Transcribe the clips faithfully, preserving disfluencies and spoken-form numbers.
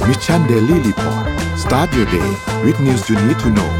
Mission Daily Report start your day with news you need to know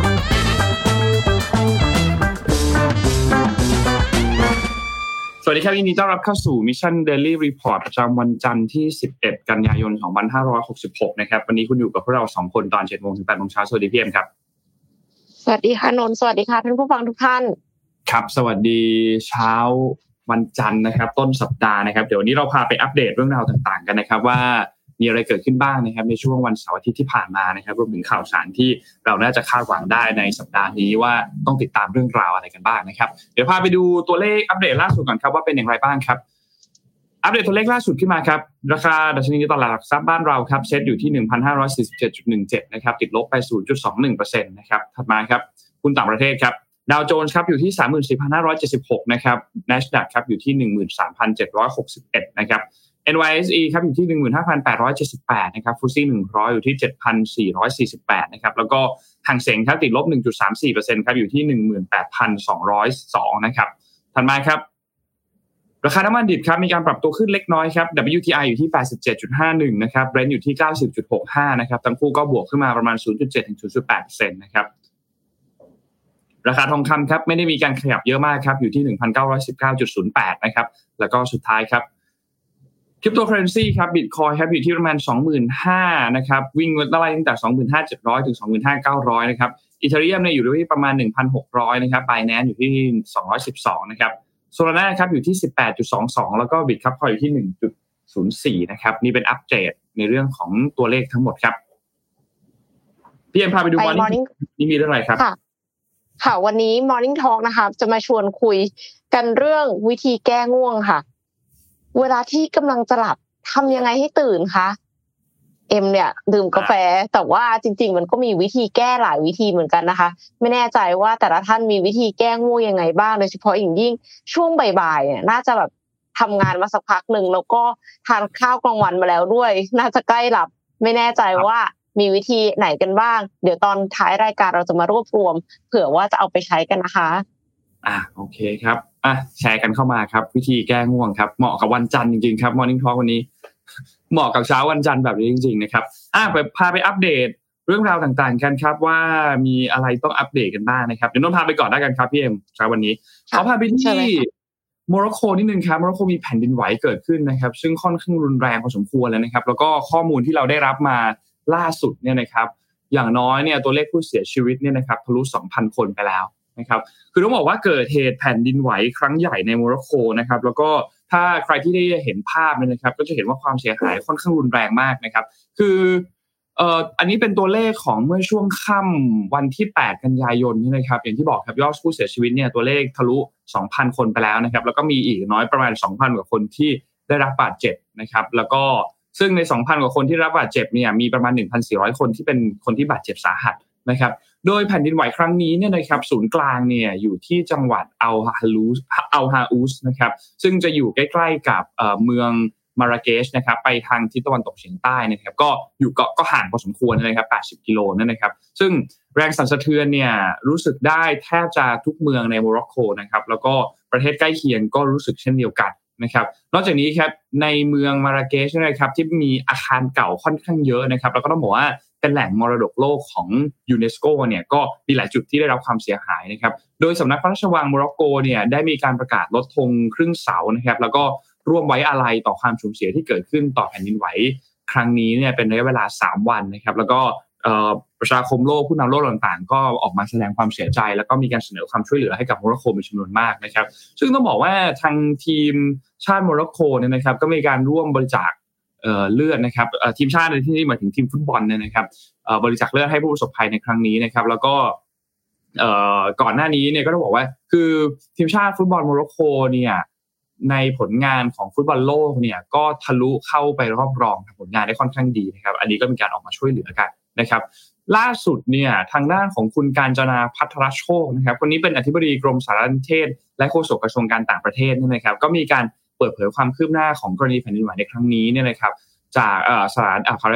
สวัสดีครับยินดีต้อนรับเข้าสู่ Mission Daily Report ประจำวันจันทร์ที่สิบเอ็ดกันยายนสองพันห้าร้อยหกสิบหกนะครับวันนี้คุณอยู่กับพวกเราสองคนตอน เจ็ดโมง ถึง แปดโมง เช้าสวัสดีพี่เอ็มครับสวัสดีค่ะนนท์สวัสดีค่ะท่านผู้ฟังทุกท่านครับสวัสดีเช้าวันจันทร์นะครับต้นสัปดาห์นะครับเดี๋ยววันนี้เราพาไปอัปเดตเรื่องราวต่างๆกันนะครับว่ามีอะไรเกิดขึ้นบ้างนะครับในช่วงวันเสาร์อาทิตย์ที่ผ่านมานะครับรวมถึงข่าวสารที่เราน่าจะคาดหวังได้ในสัปดาห์นี้ว่าต้องติดตามเรื่องราวอะไรกันบ้างนะครับเดี๋ยวพาไปดูตัวเลขอัปเดตล่าสุดก่อนครับว่าเป็นอย่างไรบ้างครับอัปเดตตัวเลขล่าสุดขึ้นมาครับราคาดัชนีตลาดหลักทรัพย์บ้านเราครับเซ็ตอยู่ที่ หนึ่งพันห้าร้อยสี่สิบเจ็ดจุดหนึ่งเจ็ด นะครับติดลบไป ศูนย์จุดสองหนึ่งเปอร์เซ็นต์ นะครับถัดมาครับหุ้นต่างประเทศครับดาวโจนส์ครับอยู่ที่ สามหมื่นสี่พันห้าร้อยเจ็ดสิบหก นะครับ NASDAQ ครับอยู่ที่ หนึ่งหมื่นสามพันเจ็ดร้อยหกสิบเอ็ด นะครับ เอ็น วาย เอส อี ครับอยู่ที่ หนึ่งหมื่นห้าพันแปดร้อยเจ็ดสิบแปด นะครับ FTSE หนึ่งร้อยอยู่ที่ เจ็ดพันสี่ร้อยสี่สิบแปด นะครับแล้วก็หั่งเส็งครับติดลบ หนึ่งจุดสามสี่เปอร์เซ็นต์ ครับอยู่ที่ หนึ่งหมื่นแปดพันสองร้อยสอง นะครับถัดมาครับราคาน้ำมันดิบครับมีการปรับตัวขึ้นเล็กน้อยครับ ดับเบิลยู ที ไอ อยู่ที่ แปดสิบเจ็ดจุดห้าหนึ่ง นะครับ Brent อยู่ที่ เก้าสิบจุดหกห้า นะครับทั้งคู่ก็บวกขึ้นมาประมาณ ศูนย์จุดเจ็ด ถึง ศูนย์จุดแปดเปอร์เซ็นต์ นะครับราคาทองคำครับไม่ได้มีการขยับเยอะมากครับอยู่ที่ หนึ่งพันเก้าร้อยสิบเก้าจุดศูนย์แปด นะครับแล้วก็สุดท้ายครับคริปโตเคอเรนซีครับ Bitcoin ครับอยู่ที่ประมาณ สองหมื่นห้าพัน นะครับวิ่งไล่ตั้งแต่ สองหมื่นห้าพันเจ็ดร้อย ถึง สองหมื่นห้าพันเก้าร้อย นะครับ Ethereum เนี่ยอยู่ที่ประมาณ หนึ่งพันหกร้อย นะครับ Binance อยู่ที่สองร้อยสิบสองนะครับ Solana ครับอยู่ที่ สิบแปดจุดสองสอง แล้วก็ Bitcoin อยู่ที่ หนึ่งจุดศูนย์สี่ นะครับนี่เป็นอัปเดตในเรื่องของตัวเลขทั้งหมดครับพี่เอ็มพาไปดู Morning นี่มีเรื่องอะไรครับค่ะวันนี้ Morning Talk นะคะจะมาชวนคุยกันเรื่องวิธีแก้ง่วงค่ะเวลาที่กำลังจะหลับทำยังไงให้ตื่นคะเอ็มเนี่ยดื่มกาแฟแต่ว่าจริงๆมันก็มีวิธีแก้หลายวิธีเหมือนกันนะคะไม่แน่ใจว่าแต่ละท่านมีวิธีแก้ง่วงยังไงบ้างโดยเฉพาะอย่างยิ่งช่วงบ่ายๆเนี่ยน่าจะแบบทำงานมาสักพักนึงแล้วก็ทานข้าวกลางวันมาแล้วด้วยน่าจะใกล้หลับไม่แน่ใจว่ามีวิธีไหนกันบ้างเดี๋ยวตอนท้ายรายการเราจะมารวบรวมเผื่อว่าจะเอาไปใช้กันนะคะอ่ะโอเคครับอ่ะแชร์กันเข้ามาครับวิธีแก้ง่วงครับเหมาะกับวันจันทร์จริงๆครับ Morning Talk วันนี้เหมาะกับเช้าวันจันทร์แบบนี้จริงๆนะครับอ่ะไปพาไปอัปเดตเรื่องราวต่างๆกันครับว่ามีอะไรต้องอัปเดตกันบ้างนะครับเดี๋ยวนนท์พาไปก่อนได้กันครับพี่เอ็มเช้าวันนี้ขอพาไปที่โมร็อกโกนิดนึงครับโมร็อกโกมีแผ่นดินไหวเกิดขึ้นนะครับซึ่งค่อนข้างรุนแรงพอสมควรแล้วนะครับแล้วก็ข้อมูลที่เราได้รับมาล่าสุดเนี่ยนะครับอย่างน้อยเนี่ยตัวเลขผู้เสียชีวิตเนี่ยนะครับทะลุ สองพัน คนไปแล้วนะครับคือต้องบอกว่าเกิดเหตุแผ่นดินไหวครั้งใหญ่ในโมร็อกโกนะครับแล้วก็ถ้าใครที่ได้เห็นภาพเนี่ยนะครับก็จะเห็นว่าความเสียหายค่อนข้างรุนแรงมากนะครับคือเอ่ออันนี้เป็นตัวเลขของเมื่อช่วงค่ำวันที่แปดกันยายนนี่นะครับอย่างที่บอกครับยอดผู้เสียชีวิตเนี่ยตัวเลขทะลุ สองพัน คนไปแล้วนะครับแล้วก็มีอีกน้อยประมาณ สองพัน กว่าคนที่ได้รับบาดเจ็บนะครับแล้วก็ซึ่งใน สองพัน กว่าคนที่รับบาดเจ็บเนี่ยมีประมาณ หนึ่งพันสี่ร้อย คนที่เป็นคนที่บาดเจ็บสาหัสนะครับโดยแผ่นดินไหวครั้งนี้เนี่ยนะครับศูนย์กลางเนี่ยอยู่ที่จังหวัดอัลฮาลูสอัลฮาอูสนะครับซึ่งจะอยู่ใกล้ๆกับเอ่อเมืองมาราเกชนะครับไปทางทิศตะวันตกเฉียงใต้นะครับก็อยู่เกาะก็ห่างพอสมควรนะครับแปดสิบกิโลนั่นนะครับซึ่งแรงสั่นสะเทือนเนี่ยรู้สึกได้แทบจะทุกเมืองในโมร็อกโกนะครับแล้วก็ประเทศใกล้เคียงก็รู้สึกเช่นเดียวกันนะครับนอกจากนี้ครับในเมืองมาราเกชนะครับที่มีอาคารเก่าค่อนข้างเยอะนะครับแล้วก็ต้องบอกว่าเป็นแหล่งมรดกโลกของยูเนสโกเนี่ยก็มีหลายจุดที่ได้รับความเสียหายนะครับโดยสำนักพระราชวังโมร็อกโกเนี่ยได้มีการประกาศลดธงครึ่งเสานะครับแล้วก็ร่วมไว้อาลัยต่อความสูญเสียที่เกิดขึ้นต่อแผ่นดินไหวครั้งนี้เนี่ยเป็นระยะเวลาสามวันนะครับแล้วก็ประชาคมโลกผู้นำโลกต่างๆก็ออกมาแสดงความเสียใจแล้วก็มีการเสนอความช่วยเหลือให้กับโมร็อกโกเป็นจำนวนมากนะครับซึ่งต้องบอกว่าทางทีมชาติโมร็อกโกเนี่ยนะครับก็มีการร่วมบริจาคเอ่อเลือดนะครับเอ่อทีมชาติในที่นี้หมายถึงทีมฟุตบอลเนี่ยนะครับเอ่อบริจาคเลือดให้ผู้ประสบภัยในครั้งนี้นะครับแล้วก็เอ่อก่อนหน้านี้เนี่ยก็ต้องบอกว่าคือทีมชาติฟุตบอลโมร็อกโกเนี่ยในผลงานของฟุตบอลโลกเนี่ยก็ทะลุเข้าไปรอบรองผลงานได้ค่อนข้างดีนะครับอันนี้ก็มีการออกมาช่วยเหลือกันนะครับล่าสุดเนี่ยทางด้านของคุณกาญจนาภัทรโชคนะครับคนนี้เป็นอธิบดีกรมสารนิเทศและโฆษกกระทรวงการต่างประเทศนี่นะครับก็มีการเปิดเผยความคืบหน้าของกรณีแผ่นดินไหวในครั้งนี้เนี่ยนะครับจากเอ่อสถานอ่า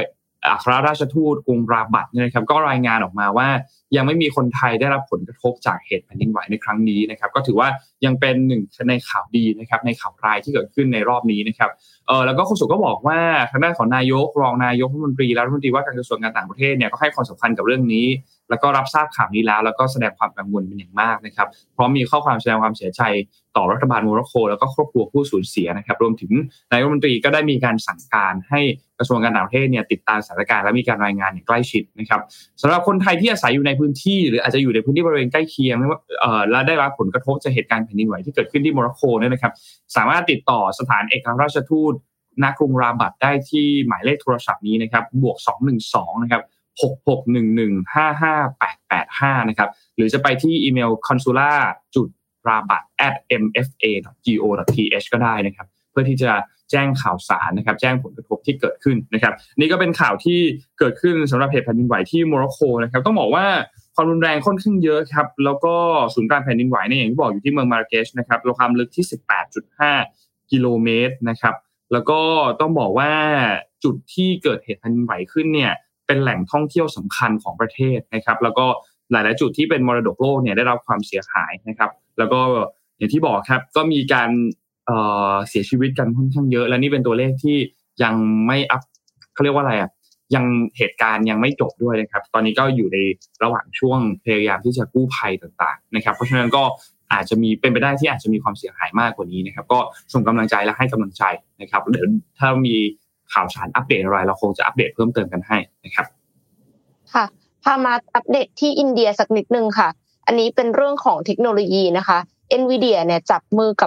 อัครราชทูตกรุงราบัตเนี่ยนะครับก็รายงานออกมาว่ายังไม่มีคนไทยได้รับผลกระทบจากเหตุแผ่นดินไหวในครั้งนี้นะครับก็ถือว่ายังเป็นหนึ่งในข่าวดีนะครับในข่าวร้ายที่เกิดขึ้นในรอบนี้นะครับเออแล้วก็โฆษกก็บอกว่าทางด้านของนายกรองนายกรัฐมนตรีและรัฐมนตรีว่าการกระทรวงการต่างประเทศเนี่ยก็ให้ความสำคัญกับเรื่องนี้แล้วก็รับทราบข่าวนี้แล้วแล้วก็แสดงความกังวลเป็นอย่างมากนะครับพร้อมมีข้อความแสดงความเสียใจต่อรัฐบาลโมร็อกโกแล้วก็ครอบครัวผู้สูญเสียนะครับรวมถึงนายกรัฐมนตรีก็ได้มีการสั่งการให้กระทรวงการต่างประเทศเนี่ยติดตามสถานการณ์และมีการรายงานอย่างใกล้ชิดนะครับสำหรับคนไทยที่อาศัยอยู่ในพื้นที่หรืออาจจะอยู่ในพื้นที่บริเวณใกล้เคียงเอ่อและได้รับผลกระทบจากเหตุการณ์แผ่นดินไหวที่เกิดขึ้นที่โมร็อกโกเนี่ยนะครับสามารถติดต่อสถานเอกอัครราชทูตณกรุงราบัตได้ที่หมายเลขโทรศัพท์นี้นะครับบวกสองหนึ่งสองนะครับหก หก หนึ่ง หนึ่ง ห้า ห้า แปด แปด ห้านะครับหรือจะไปที่อีเมล consular จุด rabat แอท เอ็ม เอฟ เอ ดอท จี โอ ดอท ที เอช ก็ได้นะครับเพื่อที่จะแจ้งข่าวสารนะครับแจ้งผลกระทบที่เกิดขึ้นนะครับนี่ก็เป็นข่าวที่เกิดขึ้นสำหรับเหตุแผ่นดินไหวที่โมร็อกโกนะครับต้องบอกว่าความรุนแรงค่อนข้างเยอะครับแล้วก็ศูนย์กลางแผ่นดินไหวเนี่ยอย่างที่บอกอยู่ที่เมืองมาราเกชนะครับความลึกที่ สิบแปดจุดห้า กิโลเมตรนะครับแล้วก็ต้องบอกว่าจุดที่เกิดเหตุแผ่นดินไหวขึ้นเนี่ยเป็นแหล่งท่องเที่ยวสำคัญของประเทศนะครับแล้วก็หลายๆจุดที่เป็นมรดกโลกเนี่ยได้รับความเสียหายนะครับแล้วก็อย่างที่บอกครับก็มีการเอ่อเสียชีวิตกันค่อนข้างเยอะและนี่เป็นตัวเลขที่ยังไม่อัพเขาเรียกว่าอะไรอ่ะยังเหตุการณ์ยังไม่จบด้วยนะครับตอนนี้ก็อยู่ในระหว่างช่วงพยายามที่จะกู้ภัยต่างๆนะครับเพราะฉะนั้นก็อาจจะมีเป็นไปได้ที่อาจจะมีความเสียหายมากกว่านี้นะครับก็ส่งกำลังใจและให้กำลังใจนะครับเดี๋ยวถ้ามีข่าวสารอัปเดตอะไรเราคงจะอัปเดตเพิ่มเติมกันให้นะครับค่ะพามาอัปเดตที่อินเดียสักนิดนึงค่ะอันนี้เป็นเรื่องของเทคโนโลยีนะคะ Nvidia เนี่ยจับมือกับ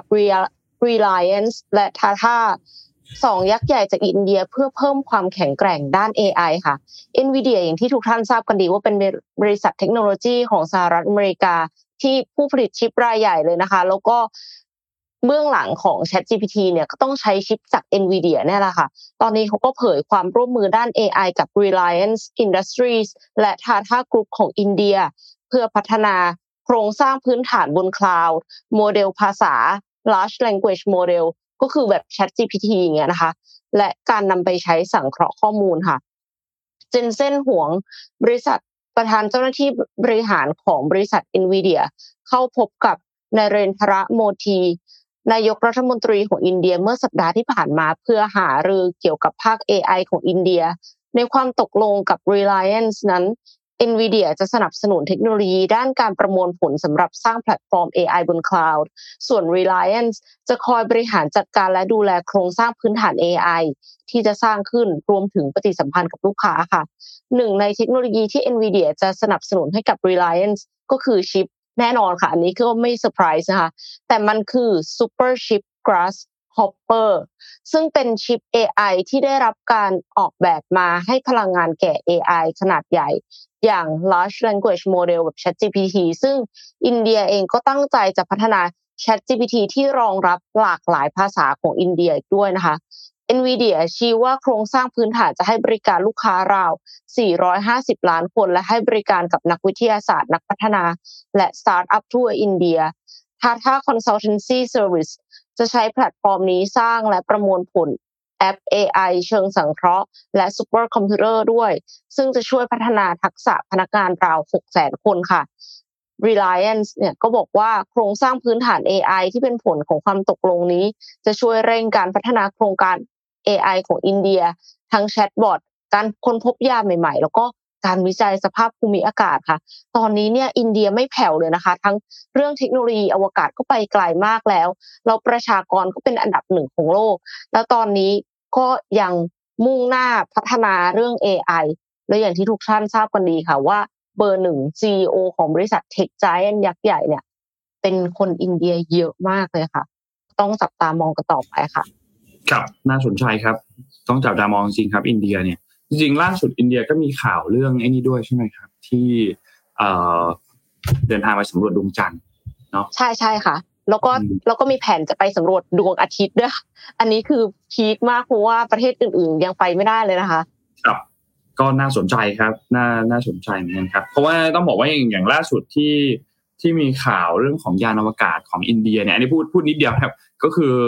Reliance และ Tata สองยักษ์ใหญ่จากอินเดียเพื่อเพิ่มความแข็งแกร่งด้าน เอ ไอ ค่ะ Nvidia อย่างที่ทุกท่านทราบกันดีว่าเป็นบริษัทเทคโนโลยีของสหรัฐอเมริกาที่ผู้ผลิตชิปรายใหญ่เลยนะคะแล้วก็เบื้องหลังของ ChatGPT เนี่ยก็ต้องใช้ชิปจาก Nvidia เนี่ยแหละค่ะตอนนี้เขาก็เผยความร่วมมือด้าน เอ ไอ กับ Reliance Industries และ Tata Group ของอินเดียเพื่อพัฒนาโครงสร้างพื้นฐานบนคลาวด์โมเดลภาษา Large Language Model ก็คือแบบ ChatGPT อย่างเงี้ยนะคะและการนำไปใช้สังเคราะห์ข้อมูลค่ะเจนเซ่นหวงบริษัทประธานเจ้าหน้าที่บริหารของบริษัท Nvidia เข้าพบกับนเรนทรโมทีนายกรัฐมนตรีของอินเดียเมื่อสัปดาห์ที่ผ่านมาเพื่อหารือเกี่ยวกับภาค เอ ไอ ของอินเดียในความตกลงกับ Reliance นั้น Nvidia จะสนับสนุนเทคโนโลยีด้านการประมวลผลสำหรับสร้างแพลตฟอร์ม เอ ไอ บนคลาวด์ส่วน Reliance จะคอยบริหารจัดการและดูแลโครงสร้างพื้นฐาน เอ ไอ ที่จะสร้างขึ้นรวมถึงปฏิสัมพันธ์กับลูกค้าค่ะหนึ่งในเทคโนโลยีที่ Nvidia จะสนับสนุนให้กับ Reliance ก็คือชิปแน่นอนค่ะอันนี้ก็ไม่เซอร์ไพรส์นะคะแต่มันคือ Super Chip Grasshopper ซึ่งเป็นชิป เอ ไอ ที่ได้รับการออกแบบมาให้พลังงานแก่ เอ ไอ ขนาดใหญ่อย่าง Large Language Model แบบ ChatGPT ซึ่งอินเดียเองก็ตั้งใจจะพัฒนา ChatGPT ที่รองรับหลากหลายภาษาของอินเดียอีกด้วยนะคะ Nvidia ชี้ว่าโครงสร้างพื้นฐานจะให้บริการลูกค้าราวสี่ร้อยห้าสิบล้านคนและให้บริการกับนักวิทยาศาสตร์นักพัฒนาและสตาร์ทอัพทั่วอินเดีย Tata Consultancy Service จะใช้แพลตฟอร์มนี้สร้างและประมวลผลแอป เอ ไอ เชิงสังเคราะห์และซูเปอร์คอมพิวเตอร์ด้วยซึ่งจะช่วยพัฒนาทักษะพนักงานราว หกแสน คนค่ะ Reliance เนี่ยก็บอกว่าโครงสร้างพื้นฐาน เอ ไอ ที่เป็นผลของความตกลงนี้จะช่วยเร่งการพัฒนาโครงการ เอ ไอ ของอินเดียทั้งแชทบอทการค้นพบยาใหม่ๆแล้วก็การวิจัยสภาพภูมิอากาศค่ะตอนนี้เนี่ยอินเดียไม่แผ่วเลยนะคะทั้งเรื่องเทคโนโลยีอวกาศก็ไปไกลมากแล้วแล้วประชากรก็เป็นอันดับหนึ่งของโลกแล้วตอนนี้ก็ยังมุ่งหน้าพัฒนาเรื่อง เอ ไอ และอย่างที่ทุกท่านทราบกันดีค่ะว่าเบอร์หนึ่ง ซี อี โอ ของบริษัทเทคไจแอนท์ยักษ์ใหญ่เนี่ยเป็นคนอินเดียเยอะมากเลยค่ะต้องจับตามองกันต่อไปค่ะครับน่าสนใจครับต้องจับตามองจริงครับอินเดียเนี่ยจริงๆล่าสุดอินเดียก็มีข่าวเรื่องไอ้นี่ด้วยใช่ไหมครับที่เอ่อเดินทางไปสำรวจดวงจันทร์เนาะใช่ใช่ค่ะแล้วก็แล้วก็มีแผนจะไปสำรวจดวงอาทิตย์ด้วยอันนี้คือพีคมากเพราะว่าประเทศอื่นๆยังไปไม่ได้เลยนะคะครับก็น่าสนใจครับน่าน่าสนใจเหมือนกันครับเพราะว่าต้องบอกว่าอย่างอย่างล่าสุดที่ที่มีข่าวเรื่องของยานอวกาศของอินเดียเนี่ยอันนี้พูดพูดนิดเดียวครับก็คือ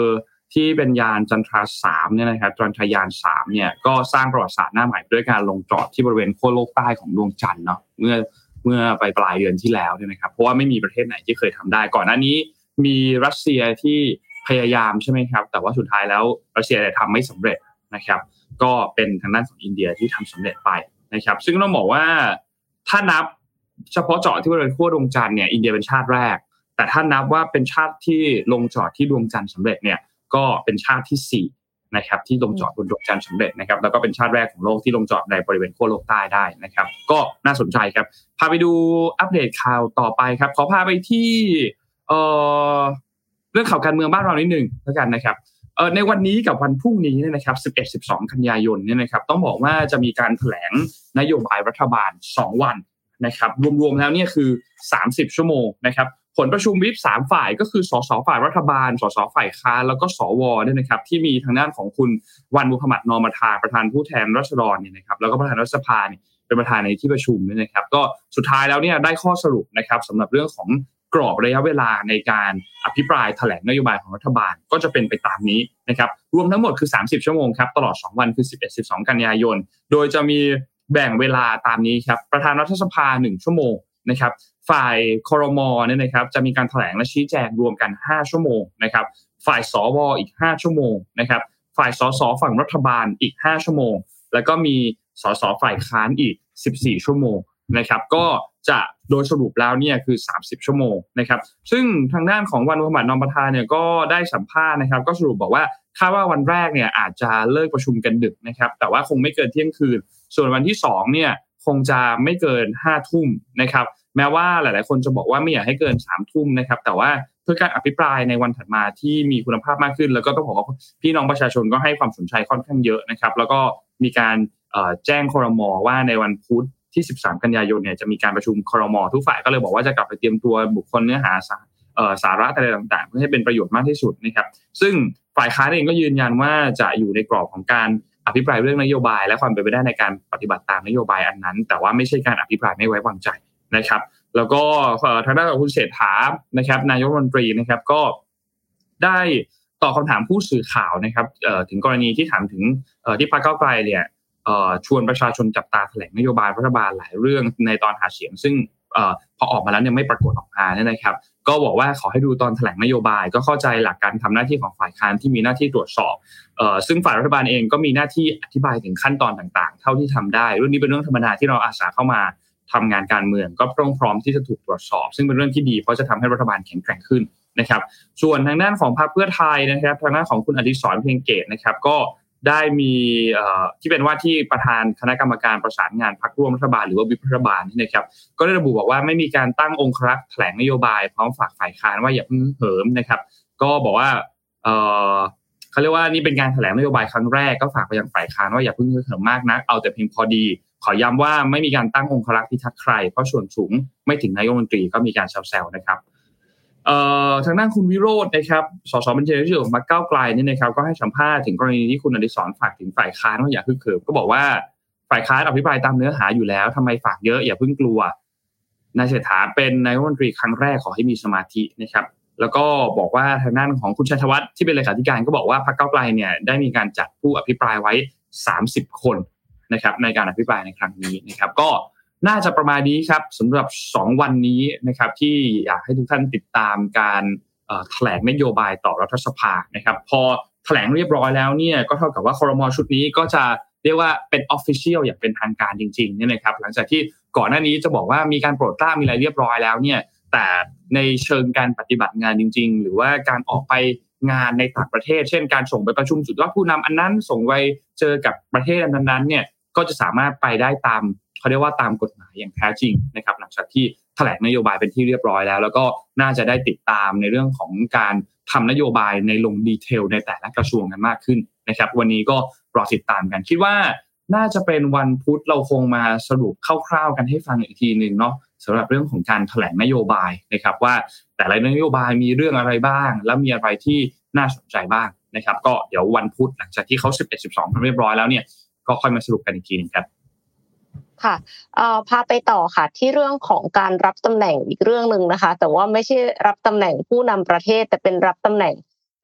ที่เป็นยานจันทราสามเนี่ยนะครับจันทรายานสามเนี่ยก็สร้างประวัติศาสตร์หน้าใหม่ด้วยการลงจอดที่บริเวณขั้วโลกใต้ของดวงจันทร์เนาะเมื่อเมื่อปลายปลายเดือนที่แล้วเนี่ยนะครับเพราะว่าไม่มีประเทศไหนที่เคยทำได้ก่อนหน้านี้มีรัสเซียที่พยายามใช่ไหมครับแต่ว่าสุดท้ายแล้วรัสเซียทำไม่สำเร็จนะครับก็เป็นทางด้านของอินเดียที่ทำสำเร็จไปนะครับซึ่งต้องบอกว่าถ้านับเฉพาะเจาะที่บริเวณขั้วดวงจันทร์เนี่ยอินเดียเป็นชาติแรกแต่ถ้านับว่าเป็นชาติที่ลงจอดที่ดวงจันทร์สำเร็จเนี่ยก็เป็นชาติที่สี่นะครับที่ลงจอดบนดวงจันทร์สำเร็จนะครับแล้วก็เป็นชาติแรกของโลกที่ลงจอดในบริเวณขั้วโลกใต้ได้นะครับก็น่าสนใจครับพาไปดูอัปเดตข่าวต่อไปครับขอพาไปที่เอ่อเรื่องข่าวการเมืองบ้านเรานิดนึงแล้วกันนะครับเอ่อในวันนี้กับวันพรุ่งนี้เนี่ยนะครับสิบเอ็ด สิบสองกันยายนเนี่ยนะครับต้องบอกว่าจะมีการแถลงนโยบายรัฐบาลสองวันนะครับรวมๆแล้วเนี่ยคือสามสิบชั่วโมงนะครับผลประชุมวิปสามฝ่ายก็คือสสฝ่ายรัฐบาลสสฝ่ายค้านแล้วก็สวเนี่ยนะครับที่มีทางด้านของคุณวันมุฮัมหมัดนอมธาประธานผู้แทนราษฎรเนี่ยนะครับแล้วก็ประธานรัฐสภาเนี่ยเป็นประธานในที่ประชุมเนี่ยนะครับก็สุดท้ายแล้วเนี่ยได้ข้อสรุปนะครับสำหรับเรื่องของกรอบระยะเวลาในการอภิปรายแถลงนโยบายของรัฐบาลก็จะเป็นไปตามนี้นะครับรวมทั้งหมดคือสามสิบชั่วโมงครับตลอดสองวันคือสิบเอ็ด สิบสองกันยายนโดยจะมีแบ่งเวลาตามนี้ครับประธานรัฐสภาหนึ่งชั่วโมงนะครับฝ่ายครม.เนี่ยนะครับจะมีการแถลงและชี้แจงรวมกันห้าชั่วโมงนะครับฝ่ายสวอีกห้าชั่วโมงนะครับฝ่ายสสฝั่งรัฐบาลอีกห้าชั่วโมงแล้วก็มีสสฝ่ายค้านอีกสิบสี่ชั่วโมงนะครับก็จะโดยสรุปแล้วเนี่ยคือสามสิบชั่วโมงนะครับซึ่งทางด้านของวันมุฮัมหมัดนอมธาเนี่ยก็ได้สัมภาษณ์นะครับก็สรุปบอกว่าคาดว่าวันแรกเนี่ยอาจจะเลิกประชุมกันดึกนะครับแต่ว่าคงไม่เกินเที่ยงคืนส่วนวันที่สองเนี่ยคงจะไม่เกินห้าทุ่มนะครับแม้ว่าหลายๆคนจะบอกว่าไม่อยากให้เกินสามทุ่มนะครับแต่ว่าเพื่อการอภิปรายในวันถัดมาที่มีคุณภาพมากขึ้นแล้วก็ต้องบอกว่าพี่น้องประชาชนก็ให้ความสนใจค่อนข้างเยอะนะครับแล้วก็มีการแจ้งครม.ว่าในวันพุธที่สิบสามกันยายนเนี่ยจะมีการประชุมครม.ทุกฝ่ายก็เลยบอกว่าจะกลับไปเตรียมตัวบุคคลเนื้อหาสาระอะไรต่างๆเพื่อให้เป็นประโยชน์มากที่สุดนะครับซึ่งฝ่ายค้านเองก็ยืนยันว่าจะอยู่ในกรอบของการอภิปรายเรื่องนโยบายและความเป็นไปได้ในการปฏิบัติตามนโยบายอันนั้นแต่ว่าไม่ใช่การอภิปรายไม่ไว้วางใจนะครับแล้วก็ทางด้านของคุณเศรษฐานะครับนายกรัฐมนตรีนะครับก็ได้ตอบคำถามผู้สื่อข่าวนะครับถึงกรณีที่ถามถึงที่พรรคก้าวไกลเนี่ยชวนประชาชนจับตาแถลงนโยบายรัฐบาลหลายเรื่องในตอนหาเสียงซึ่งพอออกมาแล้วเนี่ยไม่ปรากฏออกมาเนี่ยนะครับก็บอกว่าขอให้ดูตอนแถลงนโยบายก็เข้าใจหลักการทำหน้าที่ของฝ่ายค้านที่มีหน้าที่ตรวจสอบซึ่งฝ่ายรัฐบาลเองก็มีหน้าที่อธิบายถึงขั้นตอนต่างๆเท่าที่ทำได้เรื่องนี้เป็นเรื่องธรรมดาที่เราอาสาเข้ามาทำงานการเมืองก็ต้องพร้อมที่จะถูกตรวจสอบซึ่งเป็นเรื่องที่ดีเพราะจะทำให้รัฐบาลแข็งแกร่งขึ้นนะครับส่วนทางด้านของพรรคเพื่อไทยนะครับทางด้านของคุณอดิศรเพ็งเกตนะครับก็ได้มีที่เป็นว่าที่ประธานคณะกรรมการประสานงานพรรคร่วมรัฐบาลหรือว่าวิปรัฐบาลนี่นะครับก็ได้ระบุบอกว่าไม่มีการตั้งองครักษ์แถลงนโยบายพร้อมฝากฝ่ายค้านว่าอย่าเพิ่งเหิมนะครับก็บอกว่าเขาเรียกว่านี่เป็นการแถลงนโยบายครั้งแรกก็ฝากไปยังฝ่ายค้านว่าอย่าเพิ่งเหิมมากนักเอาแต่เพียงพอดีขอย้ำว่าไม่มีการตั้งองครักษ์พิทักษ์ใครเพราะส่วนสูงไม่ถึงนายกรัฐมนตรีก็มีการแซวๆนะครับเอ่อทางด้านคุณวิโรจน์นะครับสสบัญชีรายชื่อของพรรคก้าวไกลนี่นะครับก็ให้สัมภาษณ์ถึงกรณีที่คุณอดิศรฝากถึงฝ่ายค้านว่าอย่าฮึกเหิมก็บอกว่าฝ่ายค้านอภิปรายตามเนื้อหาอยู่แล้วทำไมฝากเยอะอย่าเพิ่งกลัวนายเศรษฐาเป็นนายกรัฐมนตรีครั้งแรกขอให้มีสมาธินะครับแล้วก็บอกว่าทางด้านของคุณชัยธวัฒน์ที่เป็นเลขาธิการก็บอกว่าพรรคก้าวไกลเนี่ยได้มีการจัดผู้อภิปรายไว้สามสิบคนนะครับในการอภิปรายในครั้งนี้นะครับก็น่าจะประมาณนี้ครับสำหรับสองวันนี้นะครับที่อยากให้ทุกท่านติดตามการแถลงนโยบายต่อรัฐสภานะครับพอแถลงเรียบร้อยแล้วเนี่ยก็เท่ากับว่าครม.ชุดนี้ก็จะเรียกว่าเป็น official อย่างเป็นทางการจริงๆเนี่ยนะครับหลังจากที่ก่อนหน้านี้จะบอกว่ามีการโปรดเกล้ามีอะไรเรียบร้อยแล้วเนี่ยแต่ในเชิงการปฏิบัติงานจริงๆหรือว่าการออกไปงานในต่างประเทศเช่นการส่งไปประชุมสุดยอดผู้นำอันนั้นส่งไปเจอกับประเทศนั้นๆเนี่ยก็จะสามารถไปได้ตามเขาเรียกว่าตามกฎหมายอย่างแท้จริงนะครับหลังจากที่แถลงนโยบายเป็นที่เรียบร้อยแล้วแล้วก็น่าจะได้ติดตามในเรื่องของการทำนโยบายในลงดีเทลในแต่ละกระทรวงกันมากขึ้นนะครับวันนี้ก็รอติดตามกันคิดว่าน่าจะเป็นวันพุธเราคงมาสรุปคร่าวๆกันให้ฟังอีกทีนึงเนาะสำหรับเรื่องของการแถลงนโยบายนะครับว่าแต่ละนโยบายมีเรื่องอะไรบ้างแล้วมีอะไรที่น่าสนใจบ้างนะครับก็เดี๋ยววันพุธหลังจากที่เขาสิบเอ็ด สิบสองเรียบร้อยแล้วเนี่ยก็ค่อยมาสรุปกันอีกทีนึงครับค่ะเอ่อพาไปต่อค่ะที่เรื่องของการรับตำแหน่งอีกเรื่องนึงนะคะแต่ว่าไม่ใช่รับตำแหน่งผู้นำประเทศแต่เป็นรับตำแหน่ง